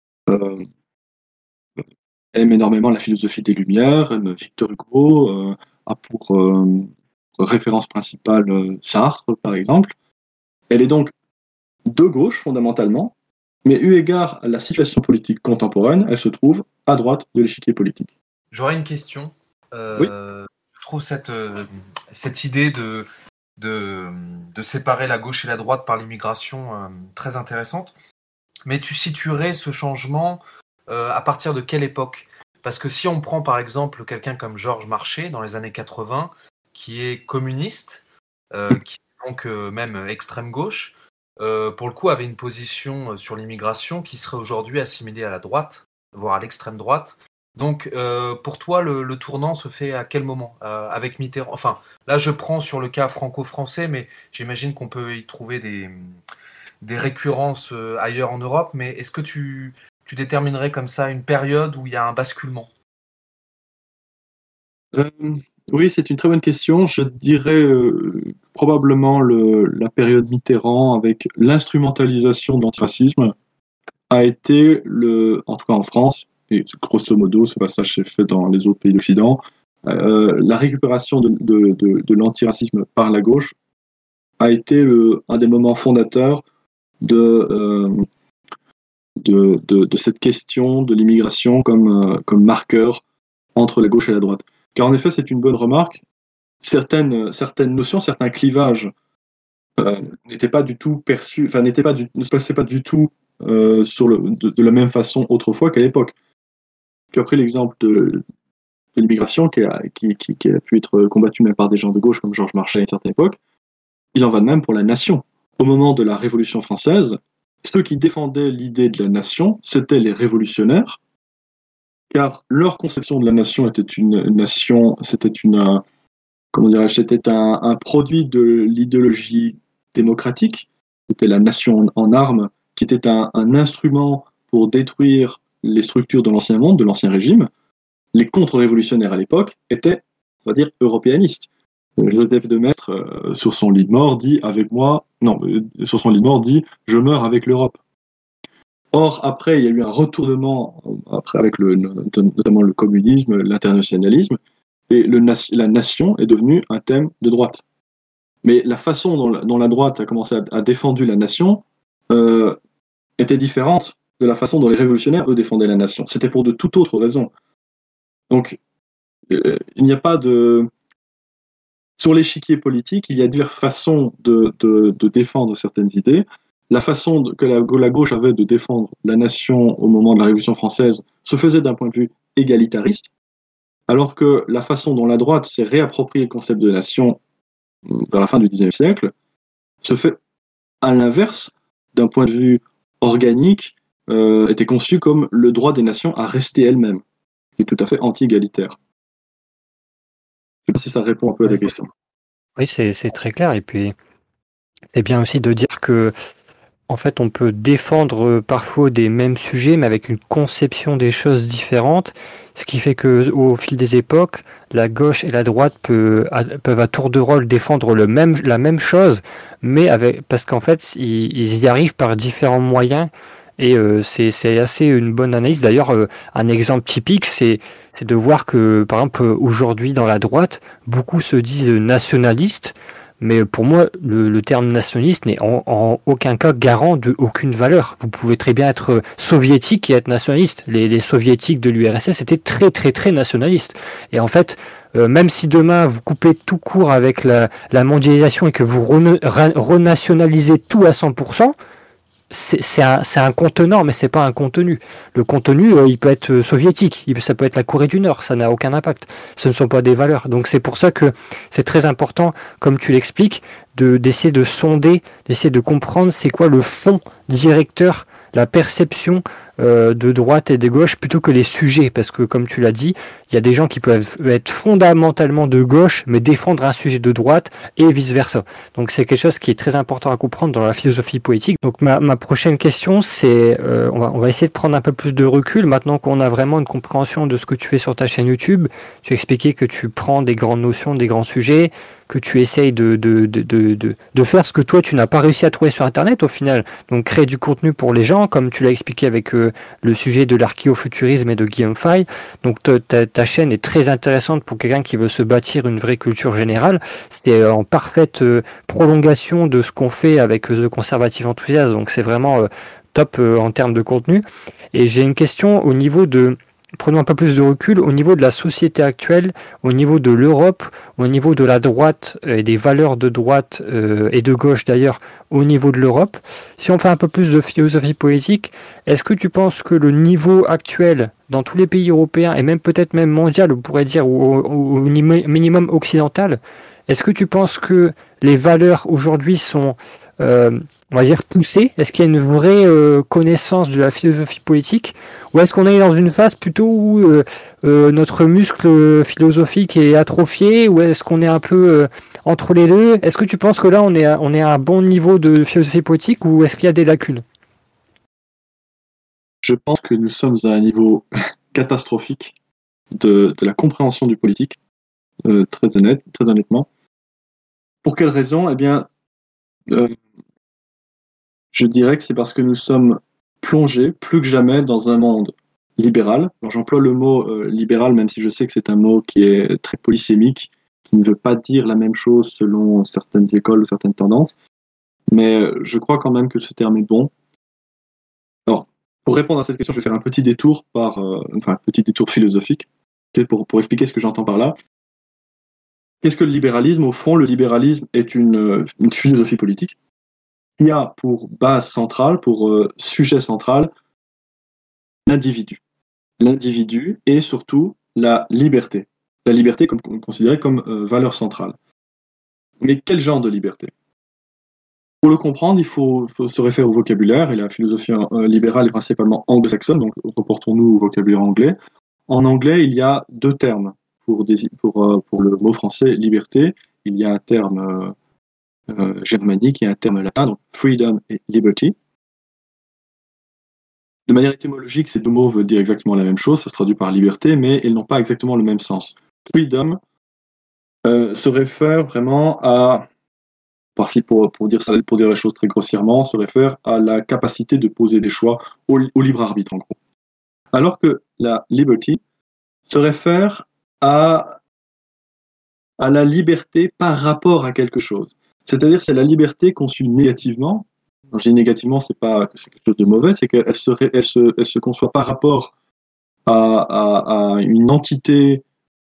aime énormément la philosophie des Lumières, aime Victor Hugo, a pour référence principale Sartre, par exemple. Elle est donc de gauche, fondamentalement, mais eu égard à la situation politique contemporaine, elle se trouve à droite de l'échiquier politique. J'aurais une question. Oui. Je trouve cette idée de séparer la gauche et la droite par l'immigration très intéressante. Mais tu situerais ce changement à partir de quelle époque ? Parce que si on prend par exemple quelqu'un comme Georges Marchais dans les années 80, qui est communiste, qui est donc même extrême gauche, pour le coup avait une position sur l'immigration qui serait aujourd'hui assimilée à la droite, voire à l'extrême droite. Donc pour toi le tournant se fait à quel moment avec Mitterrand ? Enfin là je prends sur le cas franco-français, mais j'imagine qu'on peut y trouver des récurrences ailleurs en Europe, mais est-ce que tu déterminerais comme ça une période où il y a un basculement ? Oui, c'est une très bonne question. Je dirais probablement la période Mitterrand avec l'instrumentalisation de l'antiracisme a été, en tout cas en France, et grosso modo ce passage s'est fait dans les autres pays d'Occident, la récupération de l'antiracisme par la gauche a été un des moments fondateurs de cette question de l'immigration comme marqueur entre la gauche et la droite. Car en effet, c'est une bonne remarque. Certaines notions, certains clivages n'étaient pas du tout perçus, enfin ne se passaient pas du tout de la même façon autrefois qu'à l'époque. Tu as pris l'exemple de l'immigration qui a pu être combattue même par des gens de gauche comme Georges Marchais à une certaine époque. Il en va de même pour la nation. Au moment de la Révolution française, ceux qui défendaient l'idée de la nation, c'étaient les révolutionnaires, car leur conception de la nation était une nation, c'était un produit de l'idéologie démocratique, c'était la nation en armes, qui était un instrument pour détruire les structures de l'ancien monde, de l'ancien régime. Les contre-révolutionnaires à l'époque étaient, on va dire, européanistes. Joseph de Maistre, sur son lit de mort, dit « Je meurs avec l'Europe ». Or, après, il y a eu un retournement, avec notamment le communisme, l'internationalisme, et la nation est devenue un thème de droite. Mais la façon dont la droite a commencé à défendre la nation était différente de la façon dont les révolutionnaires, eux, défendaient la nation. C'était pour de toute autre raison. Donc, il n'y a pas de... Sur l'échiquier politique, il y a diverses façons de défendre certaines idées. La façon que la gauche avait de défendre la nation au moment de la Révolution française se faisait d'un point de vue égalitariste, alors que la façon dont la droite s'est réapproprié le concept de nation vers la fin du XIXe siècle se fait à l'inverse, d'un point de vue organique, était conçu comme le droit des nations à rester elles-mêmes, qui est tout à fait anti-égalitaire. Je ne sais pas si ça répond un peu à ta question. Oui, c'est très clair. Et puis, c'est bien aussi de dire que, en fait, on peut défendre parfois des mêmes sujets, mais avec une conception des choses différentes, ce qui fait que, au fil des époques, la gauche et la droite peuvent à tour de rôle défendre la même chose, mais parce qu'en fait, ils y arrivent par différents moyens. Et c'est assez une bonne analyse. D'ailleurs, un exemple typique, c'est de voir que, par exemple, aujourd'hui, dans la droite, beaucoup se disent nationalistes, mais pour moi, le terme nationaliste n'est en aucun cas garant d'aucune valeur. Vous pouvez très bien être soviétique et être nationaliste. Les soviétiques de l'URSS étaient très, très, très nationalistes. Et en fait, même si demain, vous coupez tout court avec la mondialisation et que vous renationalisez tout à 100%, c'est un contenant, mais c'est pas un contenu. Le contenu, il peut être soviétique, ça peut être la Corée du Nord, ça n'a aucun impact. Ce ne sont pas des valeurs. Donc c'est pour ça que c'est très important, comme tu l'expliques, d'essayer de sonder, d'essayer de comprendre c'est quoi le fond directeur, la perception de droite et de gauche plutôt que les sujets, parce que comme tu l'as dit, il y a des gens qui peuvent être fondamentalement de gauche mais défendre un sujet de droite et vice versa. Donc c'est quelque chose qui est très important à comprendre dans la philosophie poétique. Donc ma prochaine question, c'est on va essayer de prendre un peu plus de recul maintenant qu'on a vraiment une compréhension de ce que tu fais sur ta chaîne YouTube. Tu expliquais que tu prends des grandes notions, des grands sujets, que tu essayes de faire ce que toi tu n'as pas réussi à trouver sur Internet au final. Donc créer du contenu pour les gens, comme tu l'as expliqué avec le sujet de l'archéofuturisme et de Guillaume Fay. Donc ta chaîne est très intéressante pour quelqu'un qui veut se bâtir une vraie culture générale. C'est en parfaite prolongation de ce qu'on fait avec The Conservative Enthusiast. Donc c'est vraiment top en termes de contenu. Et j'ai une question au niveau de... Prenons un peu plus de recul au niveau de la société actuelle, au niveau de l'Europe, au niveau de la droite et des valeurs de droite et de gauche d'ailleurs au niveau de l'Europe. Si on fait un peu plus de philosophie politique, est-ce que tu penses que le niveau actuel dans tous les pays européens et même peut-être même mondial, on pourrait dire, ou au minimum occidental, est-ce que tu penses que les valeurs aujourd'hui sont... on va dire poussée? Est-ce qu'il y a une vraie connaissance de la philosophie politique, ou est-ce qu'on est dans une phase plutôt où notre muscle philosophique est atrophié, ou est-ce qu'on est un peu entre les deux? Est-ce que tu penses que là on est à un bon niveau de philosophie politique, ou est-ce qu'il y a des lacunes? Je pense que nous sommes à un niveau catastrophique de la compréhension du politique, très honnêtement. Pour quelle raison? Eh bien, je dirais que c'est parce que nous sommes plongés plus que jamais dans un monde libéral. Alors, j'emploie le mot libéral, même si je sais que c'est un mot qui est très polysémique, qui ne veut pas dire la même chose selon certaines écoles ou certaines tendances. Mais je crois quand même que ce terme est bon. Alors, pour répondre à cette question, je vais faire un petit détour un petit détour philosophique, pour expliquer ce que j'entends par là. Qu'est-ce que le libéralisme? Au fond, le libéralisme est une philosophie politique qui a pour base centrale, pour sujet central, l'individu. L'individu et surtout la liberté. La liberté considérée comme valeur centrale. Mais quel genre de liberté? Pour le comprendre, il faut se référer au vocabulaire, et la philosophie libérale est principalement anglo-saxonne, donc reportons-nous au vocabulaire anglais. En anglais, il y a deux termes pour le mot français liberté. Il y a un terme germanique et un terme latin, donc freedom et liberty. De manière étymologique, ces deux mots veulent dire exactement la même chose, ça se traduit par liberté, mais ils n'ont pas exactement le même sens. Freedom se réfère vraiment à, pour dire les choses très grossièrement, se réfère à la capacité de poser des choix au libre arbitre, en gros. Alors que la liberty se réfère à la liberté par rapport à quelque chose. C'est-à-dire c'est la liberté conçue négativement. Quand je dis négativement, c'est quelque chose de mauvais, c'est qu'elle se conçoit par rapport à une entité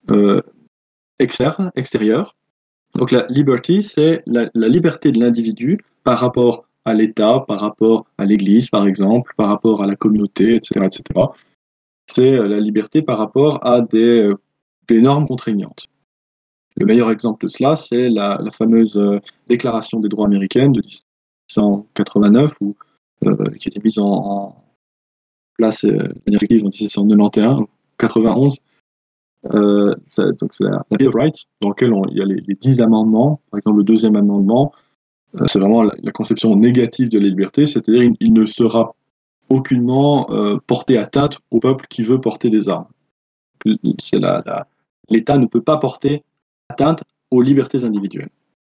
extérieure. Donc la liberty, c'est la liberté de l'individu par rapport à l'État, par rapport à l'Église, par exemple, par rapport à la communauté, etc., etc. C'est la liberté par rapport à des normes contraignantes. Le meilleur exemple de cela, c'est la fameuse Déclaration des droits américaine de 1789, qui a été mise en place de manière effective en 1791 ou 91. Donc c'est la Bill of Rights, dans laquelle il y a les 10 amendements. Par exemple, le deuxième amendement, c'est vraiment la conception négative de la liberté, c'est-à-dire il ne sera aucunement porté atteinte au peuple qui veut porter des armes. L'État ne peut pas porter atteinte aux libertés individuelles.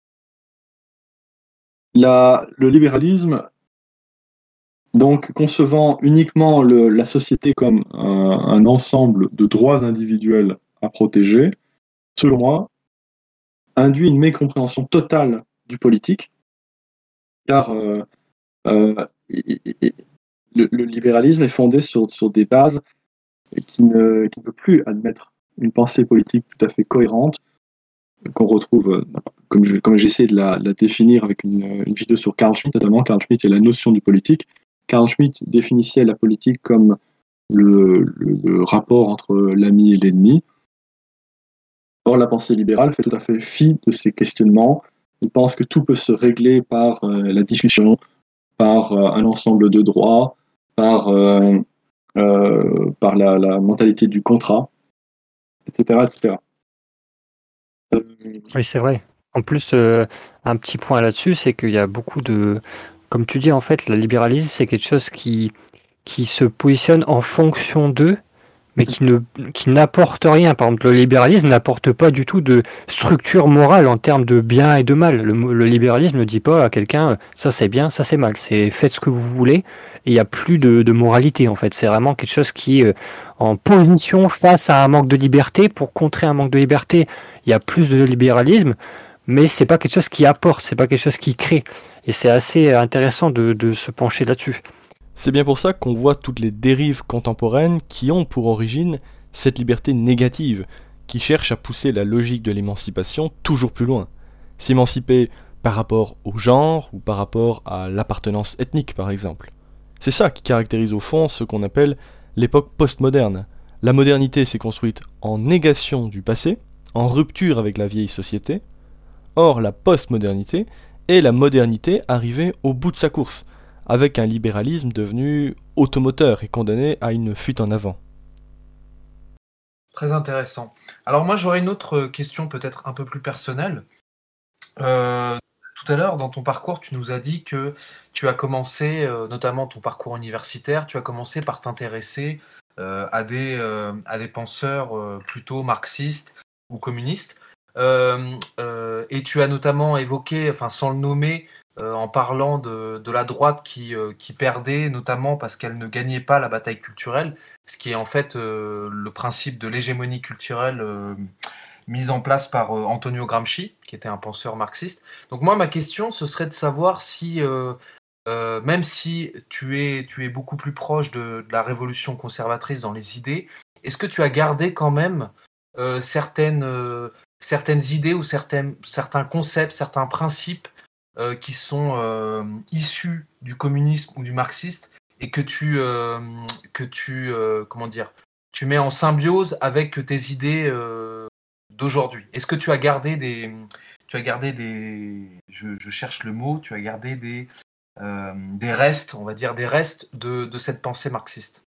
Le libéralisme, donc concevant uniquement la société comme un ensemble de droits individuels à protéger, selon moi, induit une mécompréhension totale du politique, car le libéralisme est fondé sur des bases qui ne peut plus admettre une pensée politique tout à fait cohérente, qu'on retrouve, comme j'essaie de la définir avec une vidéo sur Carl Schmitt, notamment. Carl Schmitt et la notion du politique. Carl Schmitt définissait la politique comme le rapport entre l'ami et l'ennemi. Or, la pensée libérale fait tout à fait fi de ces questionnements. Il pense que tout peut se régler par la discussion, par un ensemble de droits, par la mentalité du contrat, etc. etc. Oui, c'est vrai. En plus, un petit point là-dessus, c'est qu'il y a beaucoup de... Comme tu dis, en fait, le libéralisme, c'est quelque chose qui se positionne en fonction d'eux, mais qui n'apporte rien. Par exemple, le libéralisme n'apporte pas du tout de structure morale en termes de bien et de mal. Le libéralisme ne dit pas à quelqu'un ça c'est bien, ça c'est mal. C'est faites ce que vous voulez et il n'y a plus de moralité en fait. C'est vraiment quelque chose qui est en position face à un manque de liberté. Pour contrer un manque de liberté, il y a plus de libéralisme, mais c'est pas quelque chose qui apporte, c'est pas quelque chose qui crée. Et c'est assez intéressant de se pencher là-dessus. C'est bien pour ça qu'on voit toutes les dérives contemporaines qui ont pour origine cette liberté négative, qui cherche à pousser la logique de l'émancipation toujours plus loin. S'émanciper par rapport au genre ou par rapport à l'appartenance ethnique par exemple. C'est ça qui caractérise au fond ce qu'on appelle l'époque postmoderne. La modernité s'est construite en négation du passé, en rupture avec la vieille société. Or la postmodernité est la modernité arrivée au bout de sa course, avec un libéralisme devenu automoteur et condamné à une fuite en avant. Très intéressant. Alors moi j'aurais une autre question peut-être un peu plus personnelle. Tout à l'heure dans ton parcours tu nous as dit que tu as commencé, notamment ton parcours universitaire, tu as commencé par t'intéresser à des penseurs plutôt marxistes ou communistes. Et tu as notamment évoqué, enfin sans le nommer, en parlant de la droite qui perdait, notamment parce qu'elle ne gagnait pas la bataille culturelle, ce qui est en fait le principe de l'hégémonie culturelle mise en place par Antonio Gramsci, qui était un penseur marxiste. Donc moi, ma question, ce serait de savoir si, même si tu es beaucoup plus proche de la révolution conservatrice dans les idées, est-ce que tu as gardé quand même certaines idées ou certains concepts, certains principes qui sont issus du communisme ou du marxiste et que tu mets en symbiose avec tes idées d'aujourd'hui. Est-ce que tu as gardé je cherche le mot, tu as gardé des restes, on va dire des restes de cette pensée marxiste?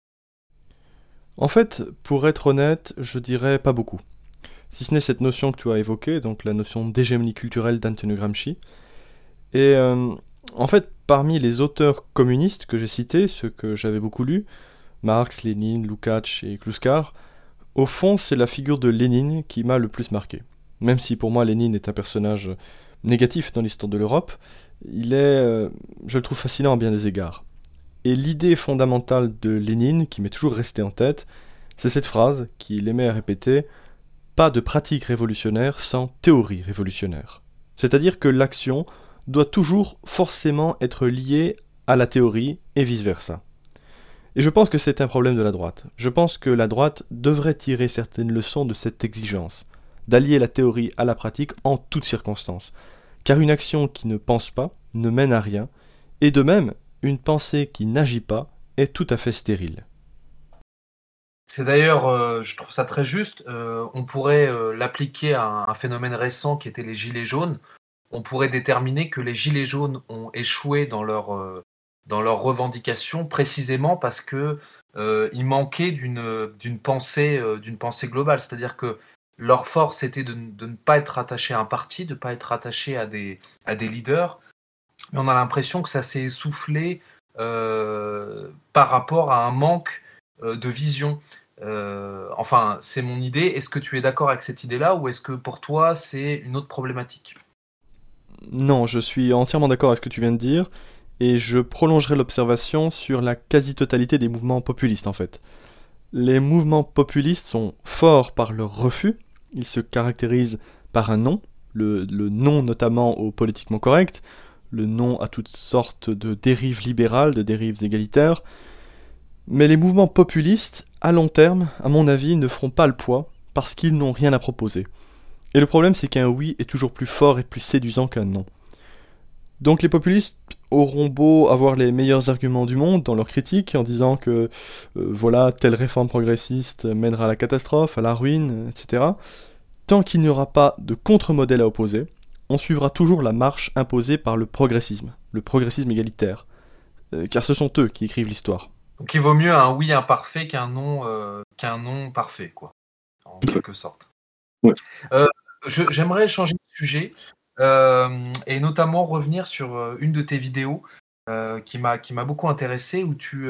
En fait, pour être honnête, je dirais pas beaucoup. Si ce n'est cette notion que tu as évoquée, donc la notion d'hégémonie culturelle d'Antonio Gramsci. Et en fait, parmi les auteurs communistes que j'ai cités, ceux que j'avais beaucoup lus, Marx, Lénine, Lukács et Kluskar, au fond, c'est la figure de Lénine qui m'a le plus marqué. Même si pour moi Lénine est un personnage négatif dans l'histoire de l'Europe, je le trouve fascinant à bien des égards. Et l'idée fondamentale de Lénine, qui m'est toujours restée en tête, c'est cette phrase qu'il aimait à répéter: pas de pratique révolutionnaire sans théorie révolutionnaire. C'est-à-dire que l'action doit toujours forcément être liée à la théorie et vice-versa. Et je pense que c'est un problème de la droite. Je pense que la droite devrait tirer certaines leçons de cette exigence, d'allier la théorie à la pratique en toutes circonstances. Car une action qui ne pense pas ne mène à rien, et de même, une pensée qui n'agit pas est tout à fait stérile. C'est d'ailleurs, je trouve ça très juste, on pourrait l'appliquer à un phénomène récent qui était les gilets jaunes. On pourrait déterminer que les gilets jaunes ont échoué dans leur revendication précisément parce que il manquait d'une pensée globale. C'est-à-dire que leur force était de ne pas être attaché à un parti, de ne pas être attaché à des leaders. Mais on a l'impression que ça s'est essoufflé par rapport à un manque de vision. Enfin, c'est mon idée. Est-ce que tu es d'accord avec cette idée-là ou est-ce que pour toi c'est une autre problématique? Non, je suis entièrement d'accord avec ce que tu viens de dire, et je prolongerai l'observation sur la quasi-totalité des mouvements populistes en fait. Les mouvements populistes sont forts par leur refus, ils se caractérisent par un non, le non notamment au politiquement correct, le non à toutes sortes de dérives libérales, de dérives égalitaires, mais les mouvements populistes, à long terme, à mon avis, ne feront pas le poids parce qu'ils n'ont rien à proposer. Et le problème, c'est qu'un oui est toujours plus fort et plus séduisant qu'un non. Donc les populistes auront beau avoir les meilleurs arguments du monde dans leur critique en disant que voilà, telle réforme progressiste mènera à la catastrophe, à la ruine, etc. Tant qu'il n'y aura pas de contre-modèle à opposer, on suivra toujours la marche imposée par le progressisme égalitaire, car ce sont eux qui écrivent l'histoire. Donc il vaut mieux un oui imparfait qu'un non parfait, quoi, en quelque sorte. Ouais. J'aimerais changer de sujet et notamment revenir sur une de tes vidéos qui m'a beaucoup intéressé, où tu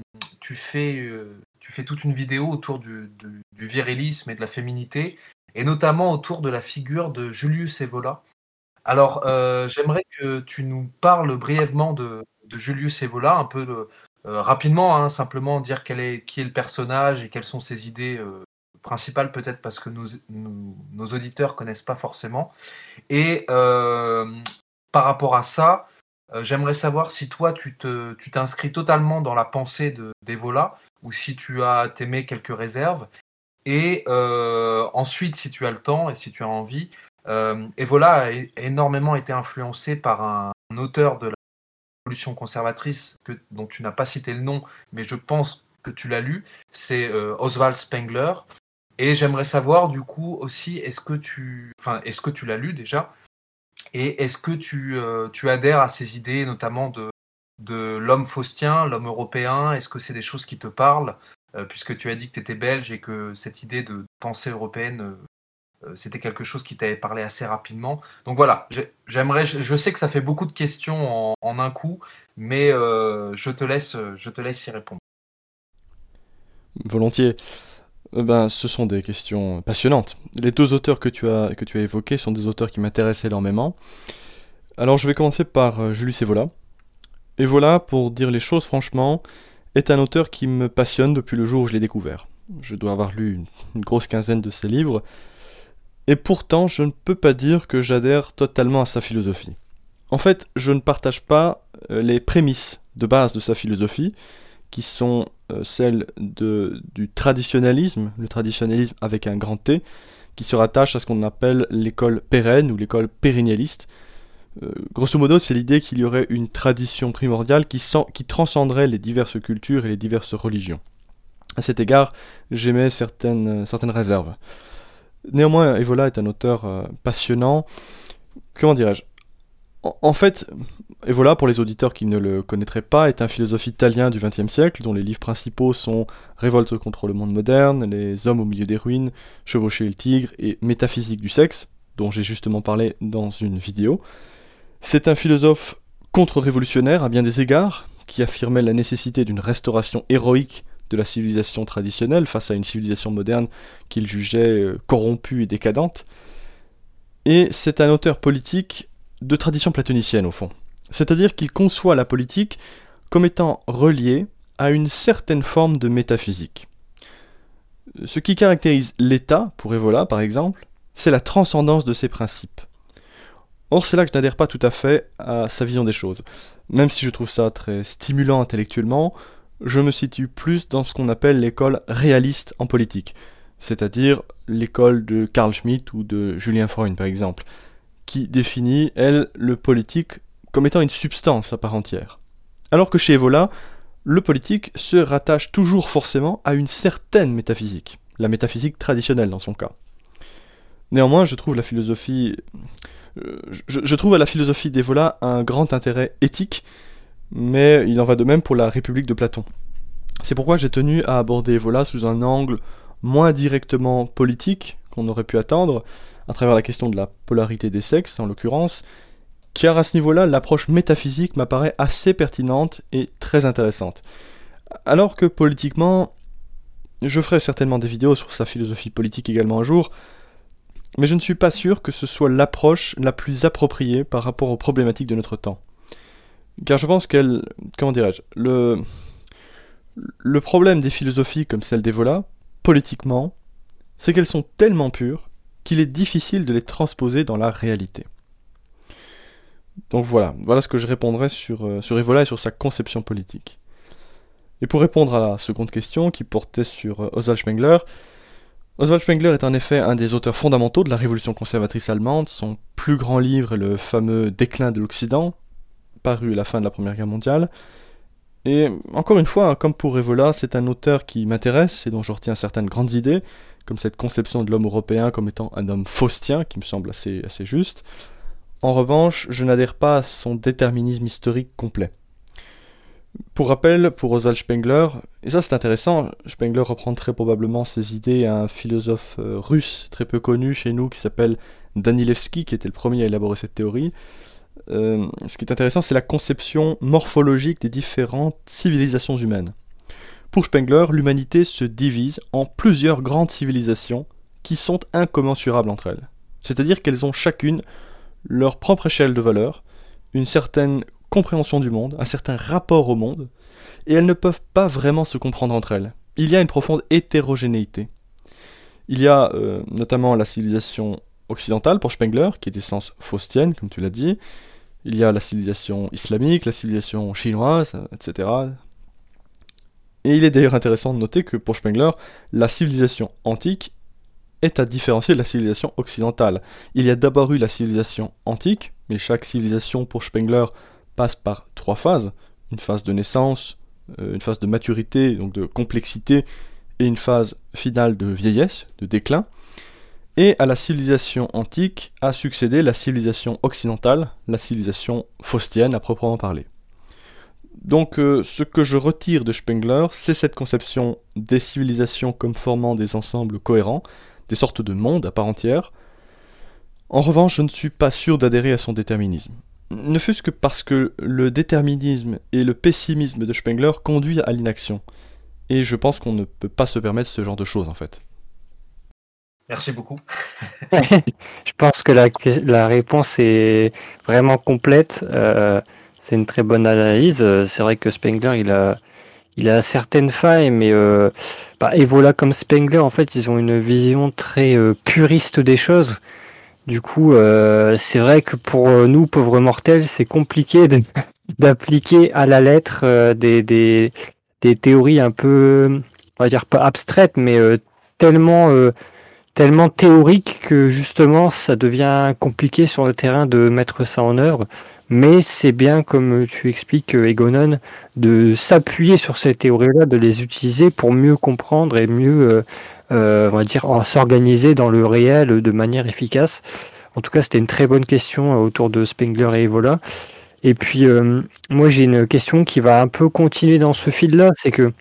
fais toute une vidéo autour du virilisme et de la féminité, et notamment autour de la figure de Julius Evola. Alors, j'aimerais que tu nous parles brièvement de Julius Evola, un peu rapidement, hein, simplement dire qui est le personnage et quelles sont ses idées principales, peut-être parce que nos auditeurs connaissent pas forcément. Et par rapport à ça, j'aimerais savoir si toi, tu t'inscris totalement dans la pensée d'Evola, ou si tu as t'émets quelques réserves. Et ensuite, si tu as le temps et si tu as envie, Evola a énormément été influencé par un auteur de la révolution conservatrice dont tu n'as pas cité le nom, mais je pense que tu l'as lu, c'est Oswald Spengler. Et j'aimerais savoir du coup aussi, est-ce que tu l'as lu déjà, et est-ce que tu adhères à ces idées, notamment de l'homme faustien, l'homme européen? Est-ce que c'est des choses qui te parlent, puisque tu as dit que tu étais belge et que cette idée de pensée européenne, c'était quelque chose qui t'avait parlé assez rapidement. Donc voilà, je sais que ça fait beaucoup de questions en un coup, mais je te laisse y répondre. Volontiers. Ce sont des questions passionnantes. Les deux auteurs que tu as évoqués sont des auteurs qui m'intéressent énormément. Alors je vais commencer par Julius Evola. Evola, pour dire les choses franchement, est un auteur qui me passionne depuis le jour où je l'ai découvert. Je dois avoir lu une grosse quinzaine de ses livres, et pourtant je ne peux pas dire que j'adhère totalement à sa philosophie. En fait, je ne partage pas les prémices de base de sa philosophie, qui sont celles du traditionnalisme, le traditionnalisme avec un grand T, qui se rattache à ce qu'on appelle l'école pérenne ou l'école pérennialiste. Grosso modo, c'est l'idée qu'il y aurait une tradition primordiale qui transcenderait les diverses cultures et les diverses religions. À cet égard, j'émets certaines réserves. Néanmoins, Evola est un auteur passionnant. Comment dirais-je ? En fait, Evola, pour les auditeurs qui ne le connaîtraient pas, est un philosophe italien du XXe siècle, dont les livres principaux sont Révolte contre le monde moderne, Les hommes au milieu des ruines, Chevaucher le tigre et Métaphysique du sexe, dont j'ai justement parlé dans une vidéo. C'est un philosophe contre-révolutionnaire à bien des égards, qui affirmait la nécessité d'une restauration héroïque de la civilisation traditionnelle face à une civilisation moderne qu'il jugeait corrompue et décadente. Et c'est un auteur politique de tradition platonicienne au fond. C'est-à-dire qu'il conçoit la politique comme étant reliée à une certaine forme de métaphysique. Ce qui caractérise l'État, pour Evola par exemple, c'est la transcendance de ses principes. Or, c'est là que je n'adhère pas tout à fait à sa vision des choses. Même si je trouve ça très stimulant intellectuellement, je me situe plus dans ce qu'on appelle l'école réaliste en politique, c'est-à-dire l'école de Carl Schmitt ou de Julien Freund par exemple, qui définit, elle, le politique comme étant une substance à part entière. Alors que chez Evola, le politique se rattache toujours forcément à une certaine métaphysique, la métaphysique traditionnelle dans son cas. Néanmoins, je trouve à la philosophie d'Evola un grand intérêt éthique, mais il en va de même pour la République de Platon. C'est pourquoi j'ai tenu à aborder Evola sous un angle moins directement politique qu'on aurait pu attendre, à travers la question de la polarité des sexes en l'occurrence, car à ce niveau-là, l'approche métaphysique m'apparaît assez pertinente et très intéressante. Alors que politiquement, je ferai certainement des vidéos sur sa philosophie politique également un jour, mais je ne suis pas sûr que ce soit l'approche la plus appropriée par rapport aux problématiques de notre temps. Car je pense le problème des philosophies comme celle d'Evola, politiquement, c'est qu'elles sont tellement pures qu'il est difficile de les transposer dans la réalité. Donc voilà ce que je répondrai sur Evola et sur sa conception politique. Et pour répondre à la seconde question qui portait sur Oswald Spengler, Oswald Spengler est en effet un des auteurs fondamentaux de la révolution conservatrice allemande. Son plus grand livre est le fameux Déclin de l'Occident, paru à la fin de la Première Guerre mondiale. Et encore une fois, comme pour Evola, c'est un auteur qui m'intéresse et dont je retiens certaines grandes idées, comme cette conception de l'homme européen comme étant un homme faustien, qui me semble assez juste. En revanche, je n'adhère pas à son déterminisme historique complet. Pour rappel, pour Oswald Spengler, et ça c'est intéressant, Spengler reprend très probablement ses idées à un philosophe russe très peu connu chez nous qui s'appelle Danilevski, qui était le premier à élaborer cette théorie. Ce qui est intéressant, c'est la conception morphologique des différentes civilisations humaines. Pour Spengler, l'humanité se divise en plusieurs grandes civilisations qui sont incommensurables entre elles. C'est-à-dire qu'elles ont chacune leur propre échelle de valeur, une certaine compréhension du monde, un certain rapport au monde, et elles ne peuvent pas vraiment se comprendre entre elles. Il y a une profonde hétérogénéité. Il y a notamment la civilisation occidentale pour Spengler, qui est d'essence faustienne, comme tu l'as dit. Il y a la civilisation islamique, la civilisation chinoise, etc. Et il est d'ailleurs intéressant de noter que pour Spengler, la civilisation antique est à différencier de la civilisation occidentale. Il y a d'abord eu la civilisation antique, mais chaque civilisation pour Spengler passe par 3 phases. Une phase de naissance, une phase de maturité, donc de complexité, et une phase finale de vieillesse, de déclin. Et à la civilisation antique a succédé la civilisation occidentale, la civilisation faustienne à proprement parler. Donc ce que je retire de Spengler, c'est cette conception des civilisations comme formant des ensembles cohérents, des sortes de mondes à part entière. En revanche, je ne suis pas sûr d'adhérer à son déterminisme. Ne fût-ce que parce que le déterminisme et le pessimisme de Spengler conduisent à l'inaction. Et je pense qu'on ne peut pas se permettre ce genre de choses en fait. Merci beaucoup. Je pense que la réponse est vraiment complète. C'est une très bonne analyse. C'est vrai que Spengler, il a certaines failles, mais Evola comme Spengler, en fait, ils ont une vision très puriste des choses. Du coup, c'est vrai que pour nous, pauvres mortels, c'est compliqué d'appliquer à la lettre des théories un peu, on va dire pas abstraites, mais tellement théoriques que justement, ça devient compliqué sur le terrain de mettre ça en œuvre. Mais c'est bien, comme tu expliques, Egonon, de s'appuyer sur ces théories-là, de les utiliser pour mieux comprendre et mieux, on va dire, s'organiser dans le réel de manière efficace. En tout cas, c'était une très bonne question autour de Spengler et Evola. Et puis, moi, j'ai une question qui va un peu continuer dans ce fil-là, c'est que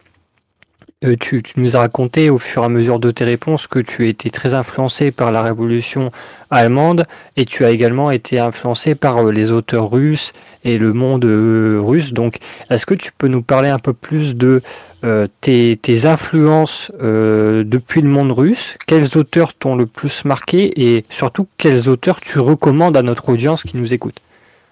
tu nous as raconté au fur et à mesure de tes réponses que tu as été très influencé par la révolution allemande et tu as également été influencé par les auteurs russes et le monde russe. Donc, est-ce que tu peux nous parler un peu plus de tes influences depuis le monde russe? Quels auteurs t'ont le plus marqué et surtout quels auteurs tu recommandes à notre audience qui nous écoute?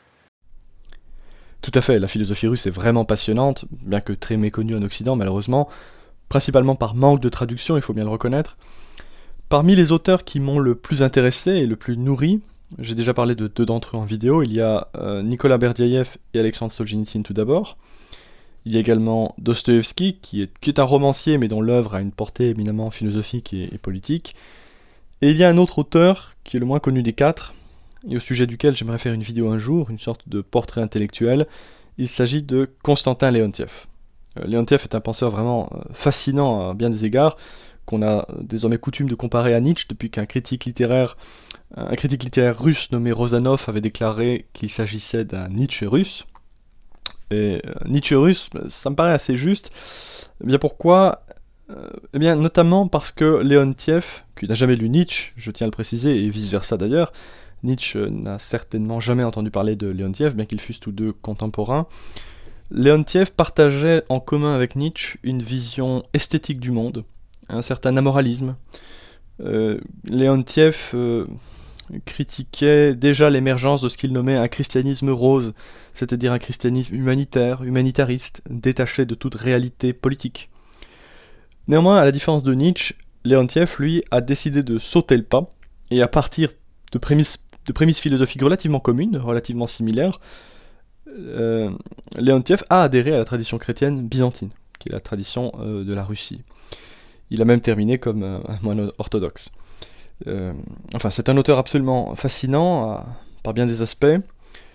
Tout à fait, la philosophie russe est vraiment passionnante, bien que très méconnue en Occident malheureusement, principalement par manque de traduction, il faut bien le reconnaître. Parmi les auteurs qui m'ont le plus intéressé et le plus nourri, j'ai déjà parlé de 2 d'entre eux en vidéo, il y a Nicolas Berdyaev et Alexandre Solzhenitsyn tout d'abord. Il y a également Dostoïevski, qui est un romancier mais dont l'œuvre a une portée éminemment philosophique et politique. Et il y a un autre auteur, qui est le moins connu des 4, et au sujet duquel j'aimerais faire une vidéo un jour, une sorte de portrait intellectuel. Il s'agit de Konstantin Leontiev. Leontiev est un penseur vraiment fascinant à bien des égards, qu'on a désormais coutume de comparer à Nietzsche depuis qu'un critique littéraire russe nommé Rozanov avait déclaré qu'il s'agissait d'un Nietzsche russe. Et Nietzsche russe, ça me paraît assez juste. Eh bien pourquoi ? Eh bien notamment parce que Leontiev, qui n'a jamais lu Nietzsche, je tiens à le préciser, et vice-versa d'ailleurs, Nietzsche n'a certainement jamais entendu parler de Leontiev, bien qu'ils fussent tous deux contemporains. Leontiev partageait en commun avec Nietzsche une vision esthétique du monde, un certain amoralisme. Leontiev critiquait déjà l'émergence de ce qu'il nommait un christianisme rose, c'est-à-dire un christianisme humanitaire, humanitariste, détaché de toute réalité politique. Néanmoins, à la différence de Nietzsche, Leontiev, lui, a décidé de sauter le pas, et à partir de prémices philosophiques relativement communes, relativement similaires, Leontiev a adhéré à la tradition chrétienne byzantine, qui est la tradition de la Russie. Il a même terminé comme un moine orthodoxe. Enfin, c'est un auteur absolument fascinant par bien des aspects,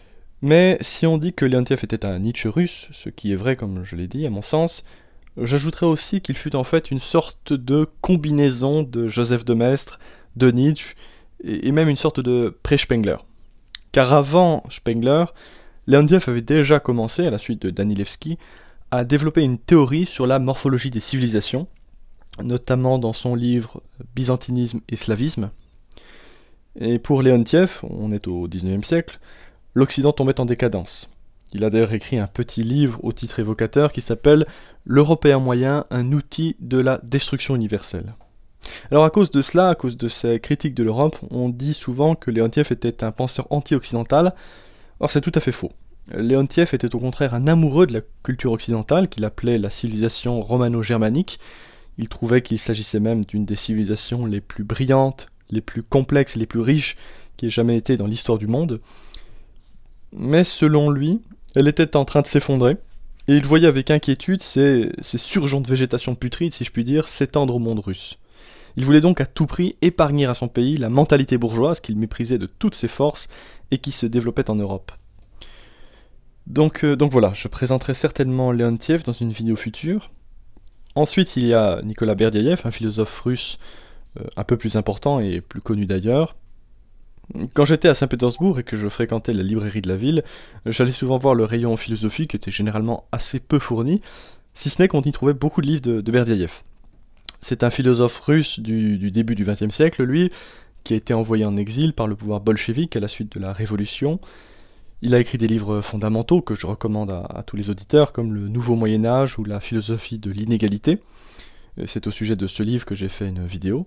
Mais si on dit que Leontiev était un Nietzsche russe, ce qui est vrai comme je l'ai dit à mon sens, j'ajouterais aussi qu'il fut en fait une sorte de combinaison de Joseph de Maistre, de Nietzsche, et même une sorte de pré-Spengler. Car avant Spengler, Leontiev avait déjà commencé, à la suite de Danilevski, à développer une théorie sur la morphologie des civilisations, notamment dans son livre Byzantinisme et slavisme. Et pour Leontiev, on est au XIXe siècle, l'Occident tombait en décadence. Il a d'ailleurs écrit un petit livre au titre évocateur qui s'appelle L'Européen moyen, un outil de la destruction universelle. Alors à cause de cela, à cause de ses critiques de l'Europe, on dit souvent que Leontiev était un penseur anti-occidental. Or c'est tout à fait faux. Leontiev était au contraire un amoureux de la culture occidentale qu'il appelait la civilisation romano-germanique. Il trouvait qu'il s'agissait même d'une des civilisations les plus brillantes, les plus complexes et les plus riches qui aient jamais été dans l'histoire du monde. Mais selon lui, elle était en train de s'effondrer, et il voyait avec inquiétude ces surgeons de végétation putride, si je puis dire, s'étendre au monde russe. Il voulait donc à tout prix épargner à son pays la mentalité bourgeoise qu'il méprisait de toutes ses forces et qui se développait en Europe. Donc voilà, je présenterai certainement Leontiev dans une vidéo future. Ensuite, il y a Nicolas Berdyaev, un philosophe russe un peu plus important et plus connu d'ailleurs. Quand j'étais à Saint-Pétersbourg et que je fréquentais la librairie de la ville, j'allais souvent voir le rayon philosophie qui était généralement assez peu fourni, si ce n'est qu'on y trouvait beaucoup de livres de Berdyaev. C'est un philosophe russe du début du XXe siècle, lui, qui a été envoyé en exil par le pouvoir bolchevique à la suite de la Révolution. Il a écrit des livres fondamentaux que je recommande à tous les auditeurs, comme le Nouveau Moyen-Âge ou la philosophie de l'inégalité. C'est au sujet de ce livre que j'ai fait une vidéo.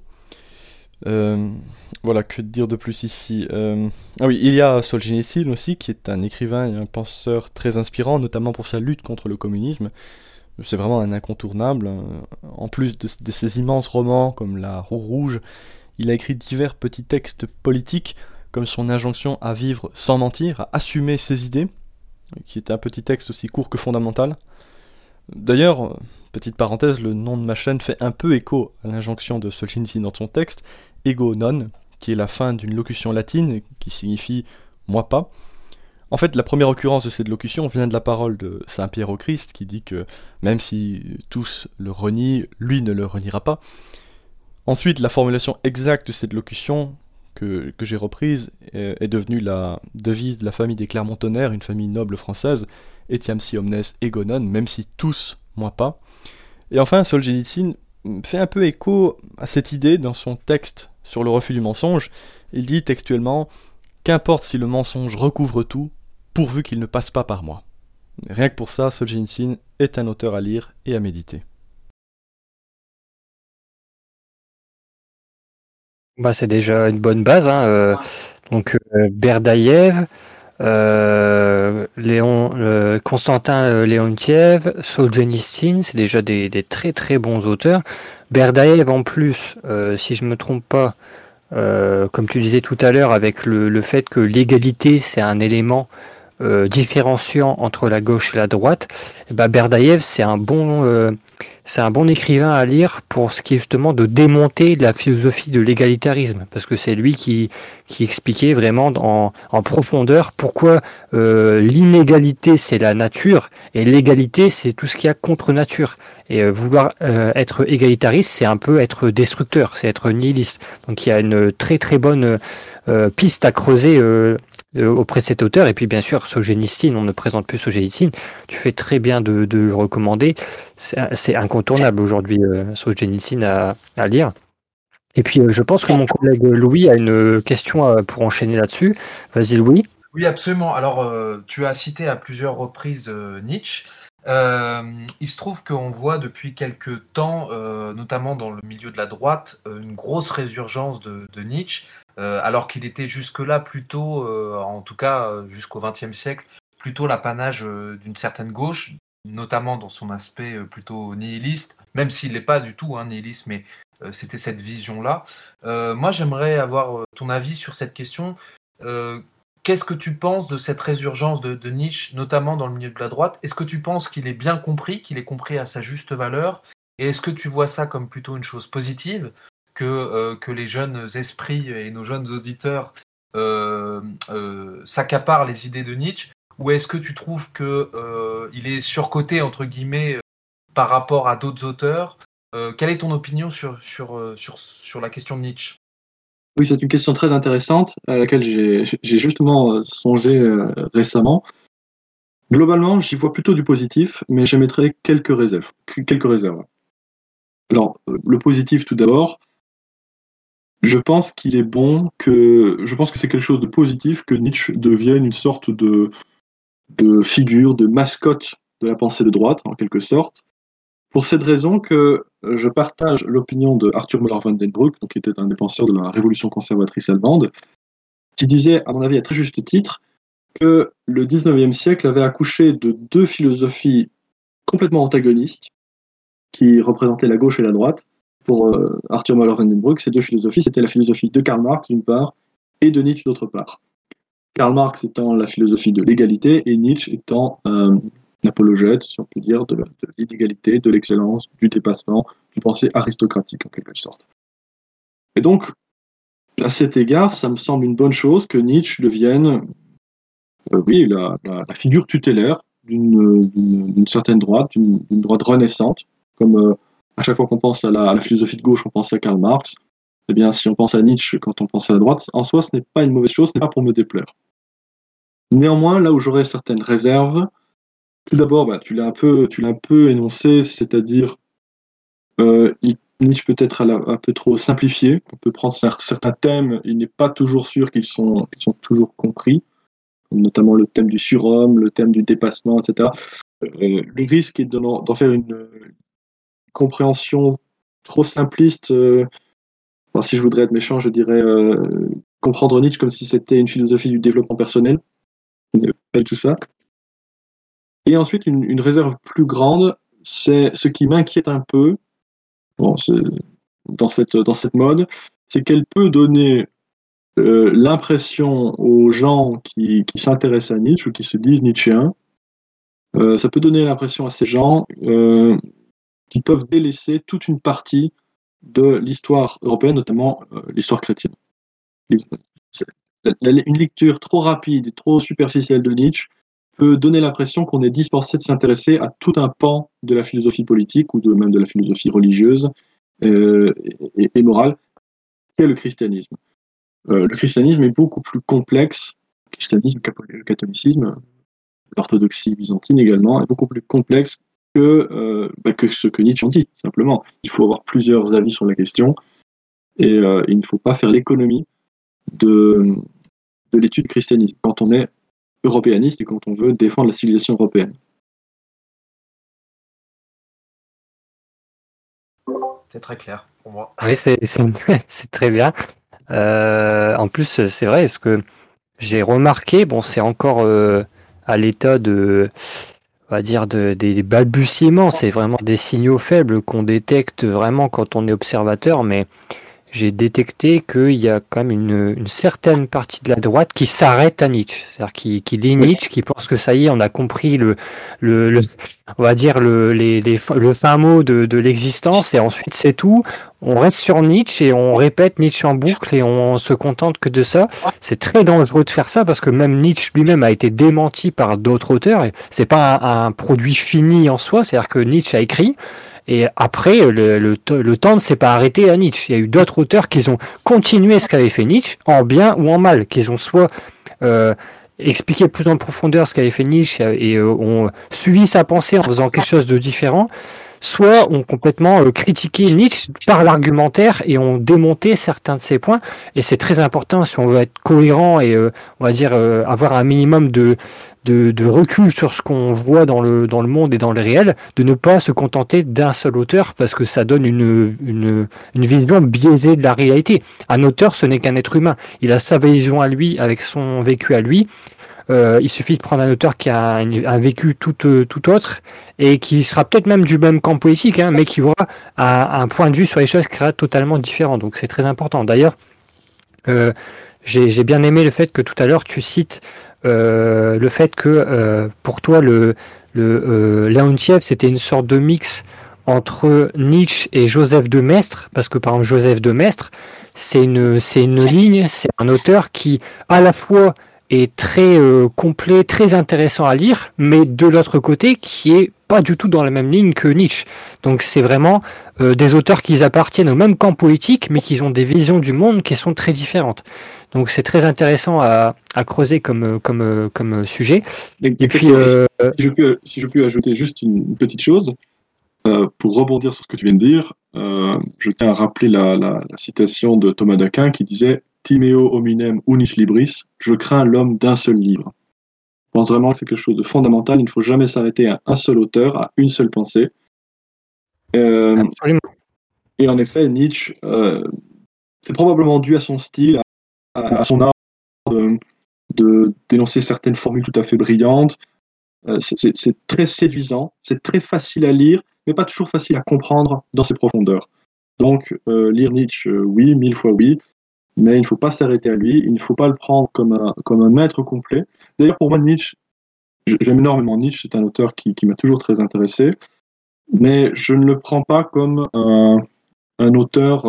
Voilà, que dire de plus ici. Ah oui, il y a Solzhenitsyn aussi, qui est un écrivain et un penseur très inspirant, notamment pour sa lutte contre le communisme. C'est vraiment un incontournable. En plus de ses immenses romans comme La Roue Rouge, il a écrit divers petits textes politiques, comme son injonction à vivre sans mentir, à assumer ses idées, qui est un petit texte aussi court que fondamental. D'ailleurs, petite parenthèse, le nom de ma chaîne fait un peu écho à l'injonction de Solzhenitsyn dans son texte, ego non, qui est la fin d'une locution latine qui signifie moi pas. En fait, la première occurrence de cette locution vient de la parole de Saint Pierre au Christ qui dit que même si tous le renient, lui ne le reniera pas. Ensuite, la formulation exacte de cette locution que j'ai reprise est devenue la devise de la famille des Clermont-Tonnerre, une famille noble française, etiam si omnes ego non, même si tous, moi pas. Et enfin, Solzhenitsyn fait un peu écho à cette idée dans son texte sur le refus du mensonge. Il dit textuellement « Qu'importe si le mensonge recouvre tout, pourvu qu'il ne passe pas par moi ». Rien que pour ça, Solzhenitsyn est un auteur à lire et à méditer. Bah, c'est déjà une bonne base, hein. Donc Berdaïev, Constantin Leontiev, Solzhenitsyn, c'est déjà des très très bons auteurs. Berdaïev en plus, si je me trompe pas, comme tu disais tout à l'heure, avec le fait que l'égalité c'est un élément différenciant entre la gauche et la droite, bah, Berdaïev c'est un bon écrivain à lire pour ce qui est justement de démonter la philosophie de l'égalitarisme, parce que c'est lui qui expliquait vraiment en profondeur pourquoi l'inégalité c'est la nature et l'égalité c'est tout ce qu'il y a contre nature. Et vouloir être égalitariste, c'est un peu être destructeur, c'est être nihiliste. Donc il y a une très très bonne piste à creuser auprès de cet auteur. Et puis bien sûr, Solzhenitsyn, on ne présente plus Solzhenitsyn, tu fais très bien de le recommander. C'est incontournable aujourd'hui, Solzhenitsyn à lire. Et puis je pense que mon collègue Louis a une question pour enchaîner là-dessus. Vas-y Louis. Oui, absolument. Alors, tu as cité à plusieurs reprises Nietzsche. Il se trouve qu'on voit depuis quelques temps, notamment dans le milieu de la droite, une grosse résurgence de Nietzsche, alors qu'il était jusque-là plutôt, en tout cas jusqu'au XXe siècle, plutôt l'apanage d'une certaine gauche, notamment dans son aspect plutôt nihiliste, même s'il n'est pas du tout nihiliste, mais c'était cette vision-là. Moi, j'aimerais avoir ton avis sur cette question. Qu'est-ce que tu penses de cette résurgence de Nietzsche, notamment dans le milieu de la droite? Est-ce que tu penses qu'il est bien compris, qu'il est compris à sa juste valeur? Et est-ce que tu vois ça comme plutôt une chose positive, que les jeunes esprits et nos jeunes auditeurs s'accaparent les idées de Nietzsche? ou est-ce que tu trouves que il est surcoté entre guillemets par rapport à d'autres auteurs? Quelle est ton opinion sur la question de Nietzsche? Oui, c'est une question très intéressante à laquelle j'ai justement songé récemment. Globalement, j'y vois plutôt du positif, mais j'émettrai quelques réserves. Alors, le positif tout d'abord, je pense que c'est quelque chose de positif que Nietzsche devienne une sorte de figure, de mascotte de la pensée de droite, en quelque sorte, pour cette raison que je partage l'opinion de Arthur Müller von den Bruck, qui était un des penseurs de la révolution conservatrice allemande, qui disait, à mon avis à très juste titre, que le 19e siècle avait accouché de deux philosophies complètement antagonistes qui représentaient la gauche et la droite. Pour Arthur Müller von den Bruck, ces deux philosophies, c'était la philosophie de Karl Marx d'une part et de Nietzsche d'autre part. Karl Marx étant la philosophie de l'égalité et Nietzsche étant l'apologète, si on peut dire, de l'inégalité, de l'excellence, du dépassement, du pensée aristocratique en quelque sorte. Et donc, à cet égard, ça me semble une bonne chose que Nietzsche devienne la figure tutélaire d'une certaine droite, d'une droite renaissante, comme à chaque fois qu'on pense à la philosophie de gauche, on pense à Karl Marx. Eh bien, si on pense à Nietzsche quand on pense à la droite, en soi, ce n'est pas une mauvaise chose, ce n'est pas pour me déplaire. Néanmoins, là où j'aurais certaines réserves, tout d'abord, tu l'as un peu énoncé, c'est-à-dire Nietzsche peut être un peu trop simplifié. On peut prendre certains thèmes, il n'est pas toujours sûr qu'ils sont toujours compris, notamment le thème du surhomme, le thème du dépassement, etc. Le risque est d'en faire une compréhension trop simpliste. Si je voudrais être méchant, je dirais comprendre Nietzsche comme si c'était une philosophie du développement personnel. Pas tout ça. Et ensuite, une réserve plus grande, c'est ce qui m'inquiète un peu dans cette mode, c'est qu'elle peut donner l'impression aux gens qui s'intéressent à Nietzsche ou qui se disent nietzschéens, ça peut donner l'impression à ces gens qui peuvent délaisser toute une partie de l'histoire européenne, notamment l'histoire chrétienne. Une lecture trop rapide et trop superficielle de Nietzsche peut donner l'impression qu'on est dispensé de s'intéresser à tout un pan de la philosophie politique ou même de la philosophie religieuse et morale, qu'est le christianisme. Le christianisme est beaucoup plus complexe, le christianisme, le catholicisme, l'orthodoxie byzantine également, est beaucoup plus complexe que ce que Nietzsche en dit, simplement. Il faut avoir plusieurs avis sur la question, et il ne faut pas faire l'économie de l'étude du christianisme quand on est européaniste et quand on veut défendre la civilisation européenne. C'est très clair pour moi. Oui, c'est très bien. En plus, c'est vrai, ce que j'ai remarqué, c'est encore à l'état on va dire des balbutiements, c'est vraiment des signaux faibles qu'on détecte vraiment quand on est observateur, mais j'ai détecté qu'il y a quand même une certaine partie de la droite qui s'arrête à Nietzsche, c'est-à-dire qui lit Nietzsche, qui pense que ça y est, on a compris on va dire le fin mot de l'existence, et ensuite c'est tout. On reste sur Nietzsche et on répète Nietzsche en boucle et on se contente que de ça. C'est très dangereux de faire ça parce que même Nietzsche lui-même a été démenti par d'autres auteurs. Et c'est pas un produit fini en soi, c'est-à-dire que Nietzsche a écrit. Et après, le temps ne s'est pas arrêté à Nietzsche. Il y a eu d'autres auteurs qui ont continué ce qu'avait fait Nietzsche, en bien ou en mal, qui ont soit expliqué plus en profondeur ce qu'avait fait Nietzsche et ont suivi sa pensée en faisant quelque chose de différent, soit ont complètement critiqué Nietzsche par l'argumentaire et ont démonté certains de ses points. Et c'est très important si on veut être cohérent et on va dire avoir un minimum de recul sur ce qu'on voit dans le monde et dans le réel, de ne pas se contenter d'un seul auteur parce que ça donne une vision biaisée de la réalité. Un auteur, ce n'est qu'un être humain. Il a sa vision à lui, avec son vécu à lui. Il suffit de prendre un auteur qui a un vécu tout autre et qui sera peut-être même du même camp politique, mais qui aura un point de vue sur les choses qui sera totalement différent. Donc c'est très important. D'ailleurs, j'ai bien aimé le fait que tout à l'heure tu cites le fait que pour toi Leontiev c'était une sorte de mix entre Nietzsche et Joseph de Maistre, parce que par exemple Joseph de Maistre c'est une ligne, c'est un auteur qui à la fois est très complet, très intéressant à lire, mais de l'autre côté, qui est pas du tout dans la même ligne que Nietzsche. Donc c'est vraiment des auteurs qui appartiennent au même camp poétique, mais qui ont des visions du monde qui sont très différentes. Donc c'est très intéressant à creuser comme sujet. Et puis, si je peux ajouter juste une petite chose, pour rebondir sur ce que tu viens de dire, je tiens à rappeler la citation de Thomas d'Aquin qui disait « Timeo hominem unis libris », je crains l'homme d'un seul livre. Je pense vraiment que c'est quelque chose de fondamental, il ne faut jamais s'arrêter à un seul auteur, à une seule pensée. absolument. Et en effet, Nietzsche, c'est probablement dû à son style, à son art de dénoncer certaines formules tout à fait brillantes. C'est très séduisant, c'est très facile à lire, mais pas toujours facile à comprendre dans ses profondeurs. Donc, lire Nietzsche, oui, 1000 fois oui, mais il ne faut pas s'arrêter à lui, il ne faut pas le prendre comme un maître complet. D'ailleurs, pour moi, Nietzsche, j'aime énormément Nietzsche, c'est un auteur qui m'a toujours très intéressé, mais je ne le prends pas comme un auteur...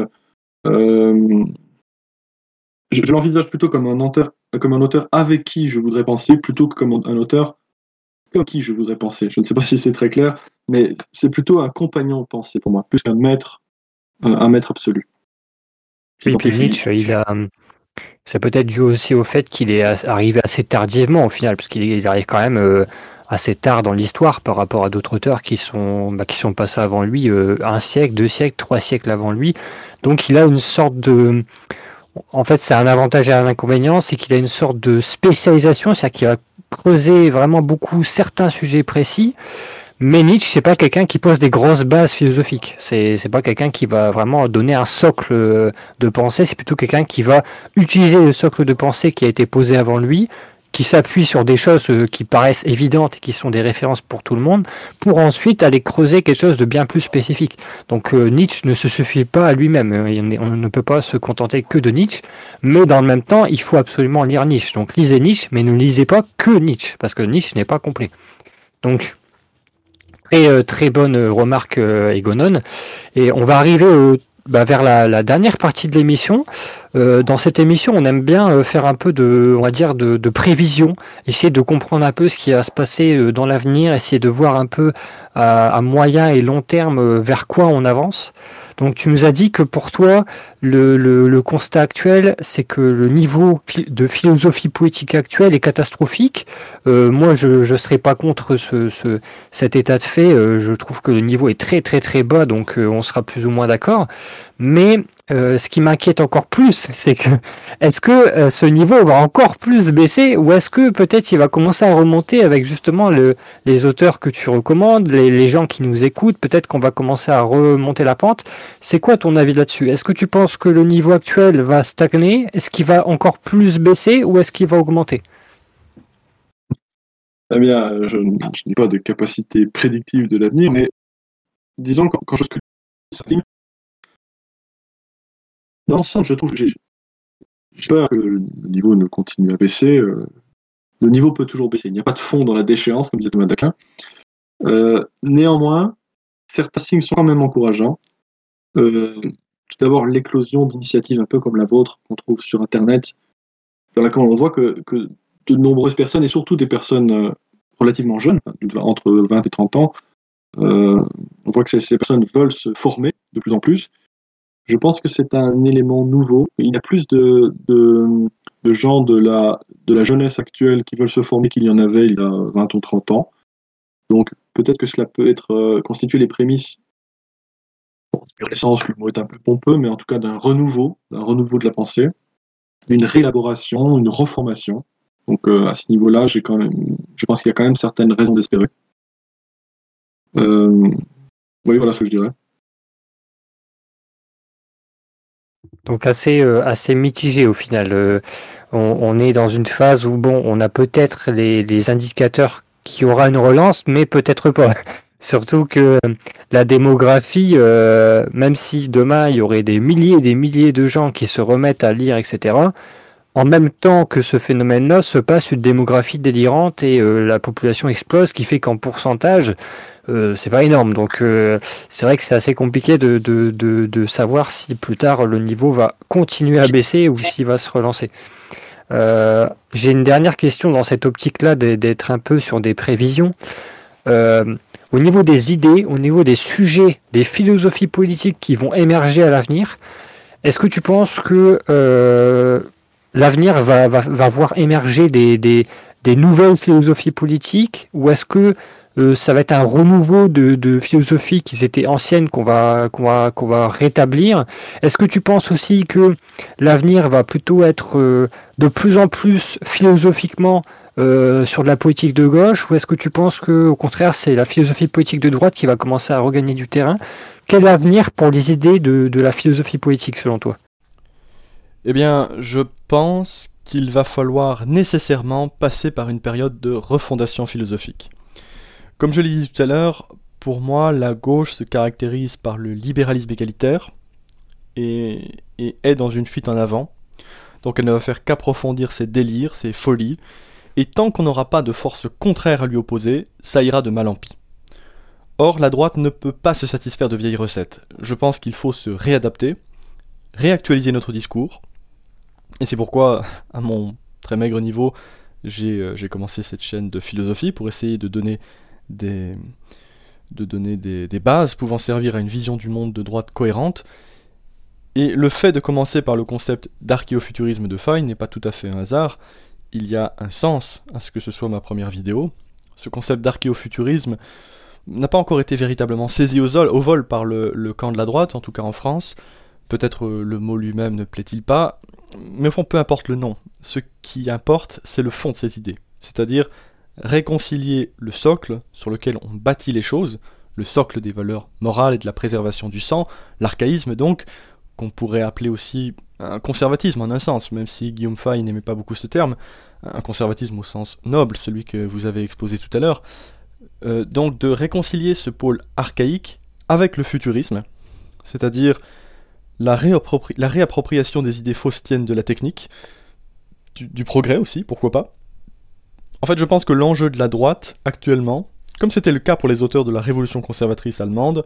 je l'envisage plutôt comme un auteur avec qui je voudrais penser, plutôt que comme un auteur comme qui je voudrais penser. Je ne sais pas si c'est très clair, mais c'est plutôt un compagnon de pensée pour moi, plus qu'un maître absolu. Et puis Nietzsche, c'est peut-être dû aussi au fait qu'il est arrivé assez tardivement au final, parce qu'il arrive quand même assez tard dans l'histoire par rapport à d'autres auteurs qui sont passés avant lui, 1 siècle, 2 siècles, 3 siècles avant lui. Donc il a une sorte de... En fait, c'est un avantage et un inconvénient, c'est qu'il a une sorte de spécialisation, c'est-à-dire qu'il va creuser vraiment beaucoup certains sujets précis. Mais Nietzsche, c'est pas quelqu'un qui pose des grosses bases philosophiques. C'est pas quelqu'un qui va vraiment donner un socle de pensée. C'est plutôt quelqu'un qui va utiliser le socle de pensée qui a été posé avant lui, qui s'appuie sur des choses qui paraissent évidentes et qui sont des références pour tout le monde, pour ensuite aller creuser quelque chose de bien plus spécifique. Donc Nietzsche ne se suffit pas à lui-même. On ne peut pas se contenter que de Nietzsche, mais dans le même temps, il faut absolument lire Nietzsche. Donc lisez Nietzsche, mais ne lisez pas que Nietzsche, parce que Nietzsche n'est pas complet. Donc très bonne remarque, Egonon. Et on va arriver vers la dernière partie de l'émission. Dans cette émission, on aime bien faire un peu de prévision, essayer de comprendre un peu ce qui va se passer dans l'avenir, essayer de voir un peu à moyen et long terme vers quoi on avance. Donc tu nous as dit que pour toi, le constat actuel, c'est que le niveau de philosophie poétique actuel est catastrophique. Moi, je ne serais pas contre cet état de fait. Je trouve que le niveau est très très très bas, donc on sera plus ou moins d'accord. Mais ce qui m'inquiète encore plus, c'est que est-ce que ce niveau va encore plus baisser, ou est-ce que peut-être il va commencer à remonter avec justement les auteurs que tu recommandes, les gens qui nous écoutent, peut-être qu'on va commencer à remonter la pente. C'est quoi ton avis là-dessus? Est-ce que tu penses que le niveau actuel va stagner? Est-ce qu'il va encore plus baisser ou est-ce qu'il va augmenter? Eh bien, je n'ai pas de capacité prédictive de l'avenir, mais disons quand je scrute dans l'ensemble, je trouve, j'ai peur que le niveau ne continue à baisser. Le niveau peut toujours baisser. Il n'y a pas de fond dans la déchéance, comme disait Thomas d'Aquin. Néanmoins, certains signes sont quand même encourageants. Tout d'abord, l'éclosion d'initiatives un peu comme la vôtre qu'on trouve sur Internet, dans laquelle on voit que de nombreuses personnes, et surtout des personnes relativement jeunes, entre 20 et 30 ans, on voit que ces personnes veulent se former de plus en plus. Je pense que c'est un élément nouveau. Il y a plus de gens de la jeunesse actuelle qui veulent se former qu'il y en avait il y a 20 ou 30 ans. Donc peut-être que cela peut être constituer les prémices. Sur l'essence, le mot est un peu pompeux, mais en tout cas d'un renouveau de la pensée, d'une réélaboration, une reformation. Donc à ce niveau-là, je pense qu'il y a quand même certaines raisons d'espérer. Oui, voilà ce que je dirais. Donc assez mitigé au final. On est dans une phase où on a peut-être les indicateurs qu'il y aura une relance, mais peut-être pas. Surtout que la démographie, même si demain il y aurait des milliers et des milliers de gens qui se remettent à lire, etc., en même temps que ce phénomène-là se passe une démographie délirante et la population explose, qui fait qu'en pourcentage, c'est pas énorme. Donc c'est vrai que c'est assez compliqué de savoir si plus tard le niveau va continuer à baisser ou s'il va se relancer. J'ai une dernière question dans cette optique-là d'être un peu sur des prévisions. Au niveau des idées, au niveau des sujets, des philosophies politiques qui vont émerger à l'avenir, est-ce que tu penses que l'avenir va voir émerger des nouvelles philosophies politiques, ou est-ce que ça va être un renouveau de philosophies qui étaient anciennes qu'on va rétablir? Est-ce que tu penses aussi que l'avenir va plutôt être de plus en plus philosophiquement sur de la politique de gauche, ou est-ce que tu penses que au contraire c'est la philosophie politique de droite qui va commencer à regagner du terrain? Quel avenir pour les idées de la philosophie politique selon toi? Eh bien, je pense qu'il va falloir nécessairement passer par une période de refondation philosophique. Comme je l'ai dit tout à l'heure, pour moi, la gauche se caractérise par le libéralisme égalitaire et est dans une fuite en avant. Donc elle ne va faire qu'approfondir ses délires, ses folies, et tant qu'on n'aura pas de force contraire à lui opposer, ça ira de mal en pis. Or, la droite ne peut pas se satisfaire de vieilles recettes. Je pense qu'il faut se réadapter, réactualiser notre discours, et c'est pourquoi, à mon très maigre niveau, j'ai commencé cette chaîne de philosophie pour essayer de donner des bases pouvant servir à une vision du monde de droite cohérente. Et le fait de commencer par le concept d'archéofuturisme de Fine n'est pas tout à fait un hasard. Il y a un sens à ce que ce soit ma première vidéo. Ce concept d'archéofuturisme n'a pas encore été véritablement saisi au vol par le camp de la droite, en tout cas en France. Peut-être le mot lui-même ne plaît-il pas, mais au fond, peu importe le nom. Ce qui importe, c'est le fond de cette idée. C'est-à-dire réconcilier le socle sur lequel on bâtit les choses, le socle des valeurs morales et de la préservation du sang, l'archaïsme donc, qu'on pourrait appeler aussi un conservatisme en un sens, même si Guillaume Fay n'aimait pas beaucoup ce terme, un conservatisme au sens noble, celui que vous avez exposé tout à l'heure. Donc de réconcilier ce pôle archaïque avec le futurisme, c'est-à-dire la réappropriation des idées faustiennes de la technique, du progrès aussi, pourquoi pas. En fait, je pense que l'enjeu de la droite, actuellement, comme c'était le cas pour les auteurs de la Révolution conservatrice allemande,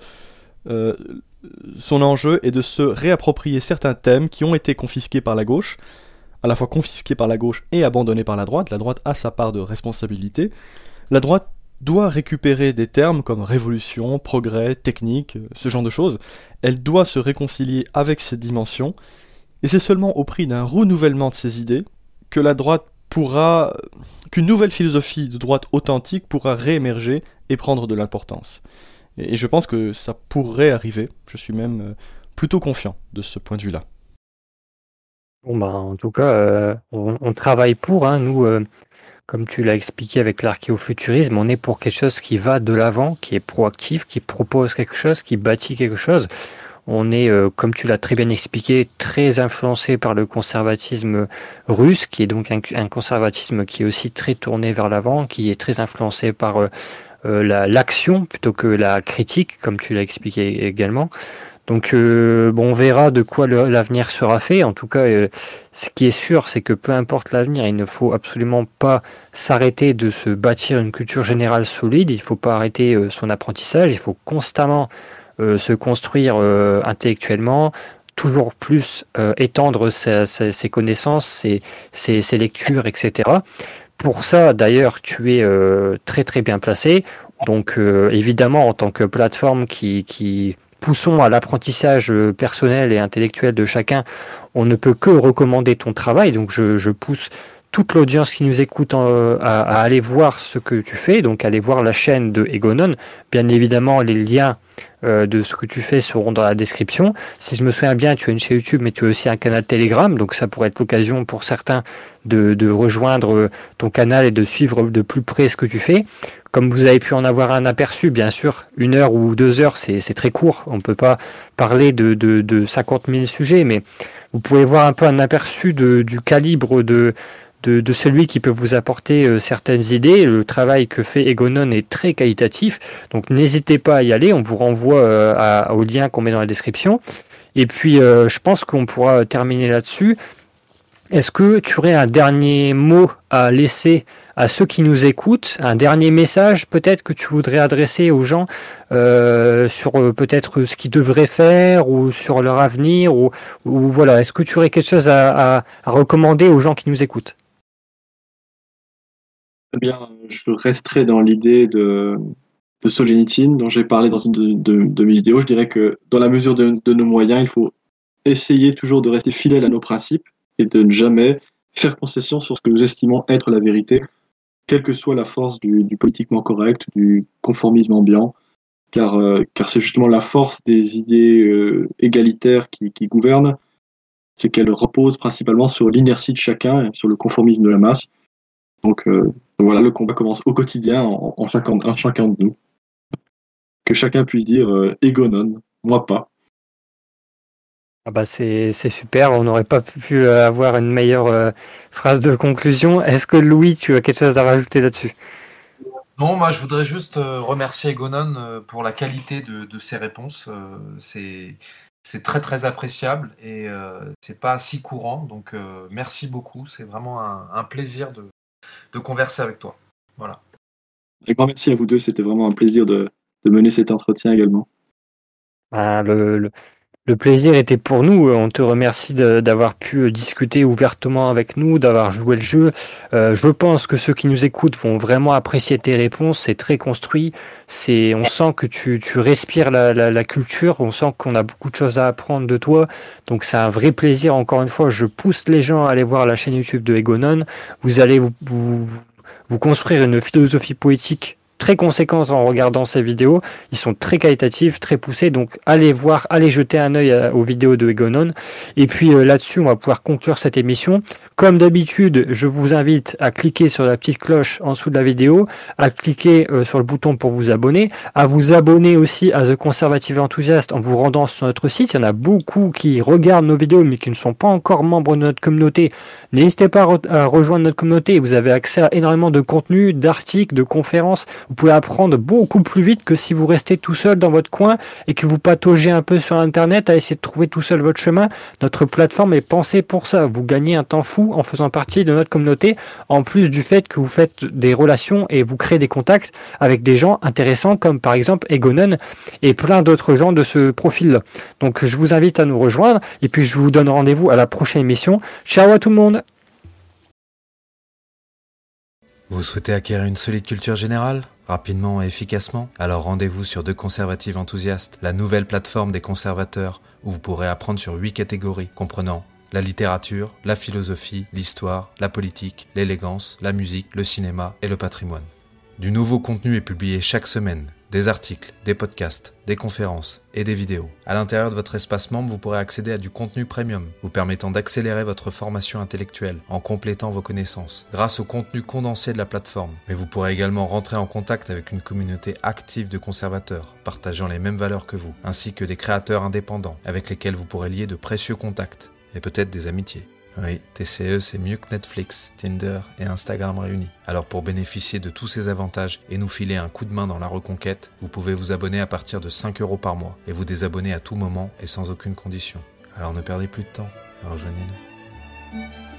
son enjeu est de se réapproprier certains thèmes qui ont été confisqués par la gauche, à la fois confisqués par la gauche et abandonnés par la droite. La droite a sa part de responsabilité. La droite doit récupérer des termes comme révolution, progrès, technique, ce genre de choses. Elle doit se réconcilier avec ces dimensions, et c'est seulement au prix d'un renouvellement de ses idées que la droite qu'une nouvelle philosophie de droite authentique pourra réémerger et prendre de l'importance. Et je pense que ça pourrait arriver, je suis même plutôt confiant de ce point de vue-là. Bon, bah, en tout cas, on travaille pour, hein, nous, comme tu l'as expliqué avec l'archéofuturisme, on est pour quelque chose qui va de l'avant, qui est proactif, qui propose quelque chose, qui bâtit quelque chose. On est, comme tu l'as très bien expliqué, très influencé par le conservatisme russe, qui est donc un conservatisme qui est aussi très tourné vers l'avant, qui est très influencé par l'action plutôt que la critique, comme tu l'as expliqué également. Donc, bon, on verra de quoi l'avenir sera fait. En tout cas, ce qui est sûr, c'est que peu importe l'avenir, il ne faut absolument pas s'arrêter de se bâtir une culture générale solide. Il ne faut pas arrêter son apprentissage. Il faut constamment se construire intellectuellement, toujours plus étendre ses connaissances, ses lectures, etc. Pour ça, d'ailleurs, tu es très très bien placé. Donc, évidemment, en tant que plateforme qui poussons à l'apprentissage personnel et intellectuel de chacun, on ne peut que recommander ton travail. Donc, je pousse toute l'audience qui nous écoute à aller voir ce que tu fais, donc aller voir la chaîne de Egonon. Bien évidemment, les liens de ce que tu fais seront dans la description. Si je me souviens bien, tu as une chaîne YouTube, mais tu as aussi un canal Telegram, donc ça pourrait être l'occasion pour certains de rejoindre ton canal et de suivre de plus près ce que tu fais. Comme vous avez pu en avoir un aperçu, bien sûr, 1 heure ou 2 heures, c'est très court. On ne peut pas parler de 50 000 sujets, mais vous pouvez voir un peu un aperçu du calibre de celui qui peut vous apporter certaines idées. Le travail que fait Egonon est très qualitatif, donc n'hésitez pas à y aller. On vous renvoie au lien qu'on met dans la description. Et puis, je pense qu'on pourra terminer là-dessus. Est-ce que tu aurais un dernier mot à laisser à ceux qui nous écoutent, un dernier message peut-être que tu voudrais adresser aux gens sur peut-être ce qu'ils devraient faire ou sur leur avenir ou voilà, est-ce que tu aurais quelque chose à recommander aux gens qui nous écoutent? Eh bien, je resterai dans l'idée de Solzhenitsyn, dont j'ai parlé dans une de mes vidéos. Je dirais que dans la mesure de nos moyens, il faut essayer toujours de rester fidèle à nos principes et de ne jamais faire concession sur ce que nous estimons être la vérité, quelle que soit la force du politiquement correct, du conformisme ambiant, car c'est justement la force des idées égalitaires qui gouvernent, c'est qu'elles reposent principalement sur l'inertie de chacun et sur le conformisme de la masse. Donc voilà, le combat commence au quotidien en chacun de nous. Que chacun puisse dire ego non, moi pas. Ah bah c'est super, on n'aurait pas pu avoir une meilleure phrase de conclusion. Est-ce que Louis, tu as quelque chose à rajouter là-dessus? Non, moi je voudrais juste remercier Egonon pour la qualité de ses réponses. C'est très très appréciable et c'est pas si courant. Donc merci beaucoup, c'est vraiment un plaisir de converser avec toi. Voilà. Un grand merci à vous deux, c'était vraiment un plaisir de mener cet entretien également. Ah, le plaisir était pour nous. On te remercie d'avoir pu discuter ouvertement avec nous, d'avoir joué le jeu. Je pense que ceux qui nous écoutent vont vraiment apprécier tes réponses. C'est très construit. On sent que tu respires la culture. On sent qu'on a beaucoup de choses à apprendre de toi. Donc c'est un vrai plaisir. Encore une fois, je pousse les gens à aller voir la chaîne YouTube de Egonon. Vous allez vous construire une philosophie poétique très conséquente en regardant ces vidéos. Ils sont très qualitatifs, très poussés, donc allez voir, allez jeter un œil aux vidéos de Egonon. Et puis là-dessus, on va pouvoir conclure cette émission. Comme d'habitude, je vous invite à cliquer sur la petite cloche en dessous de la vidéo, à cliquer sur le bouton pour vous abonner, à vous abonner aussi à The Conservative Enthusiast en vous rendant sur notre site. Il y en a beaucoup qui regardent nos vidéos mais qui ne sont pas encore membres de notre communauté. N'hésitez pas à rejoindre notre communauté. Vous avez accès à énormément de contenu, d'articles, de conférences. Vous pouvez apprendre beaucoup plus vite que si vous restez tout seul dans votre coin et que vous pataugez un peu sur Internet à essayer de trouver tout seul votre chemin. Notre plateforme est pensée pour ça. Vous gagnez un temps fou en faisant partie de notre communauté, en plus du fait que vous faites des relations et vous créez des contacts avec des gens intéressants comme par exemple Egonon et plein d'autres gens de ce profil-là. Donc je vous invite à nous rejoindre et puis je vous donne rendez-vous à la prochaine émission. Ciao à tout le monde! Vous souhaitez acquérir une solide culture générale, rapidement et efficacement? Alors rendez-vous sur The Conservative Enthusiast, la nouvelle plateforme des conservateurs, où vous pourrez apprendre sur 8 catégories, comprenant la littérature, la philosophie, l'histoire, la politique, l'élégance, la musique, le cinéma et le patrimoine. Du nouveau contenu est publié chaque semaine, des articles, des podcasts, des conférences et des vidéos. À l'intérieur de votre espace membre, vous pourrez accéder à du contenu premium, vous permettant d'accélérer votre formation intellectuelle en complétant vos connaissances grâce au contenu condensé de la plateforme. Mais vous pourrez également rentrer en contact avec une communauté active de conservateurs, partageant les mêmes valeurs que vous, ainsi que des créateurs indépendants avec lesquels vous pourrez lier de précieux contacts et peut-être des amitiés. Oui, TCE c'est mieux que Netflix, Tinder et Instagram réunis. Alors pour bénéficier de tous ces avantages et nous filer un coup de main dans la reconquête, vous pouvez vous abonner à partir de 5 € par mois et vous désabonner à tout moment et sans aucune condition. Alors ne perdez plus de temps, rejoignez-nous.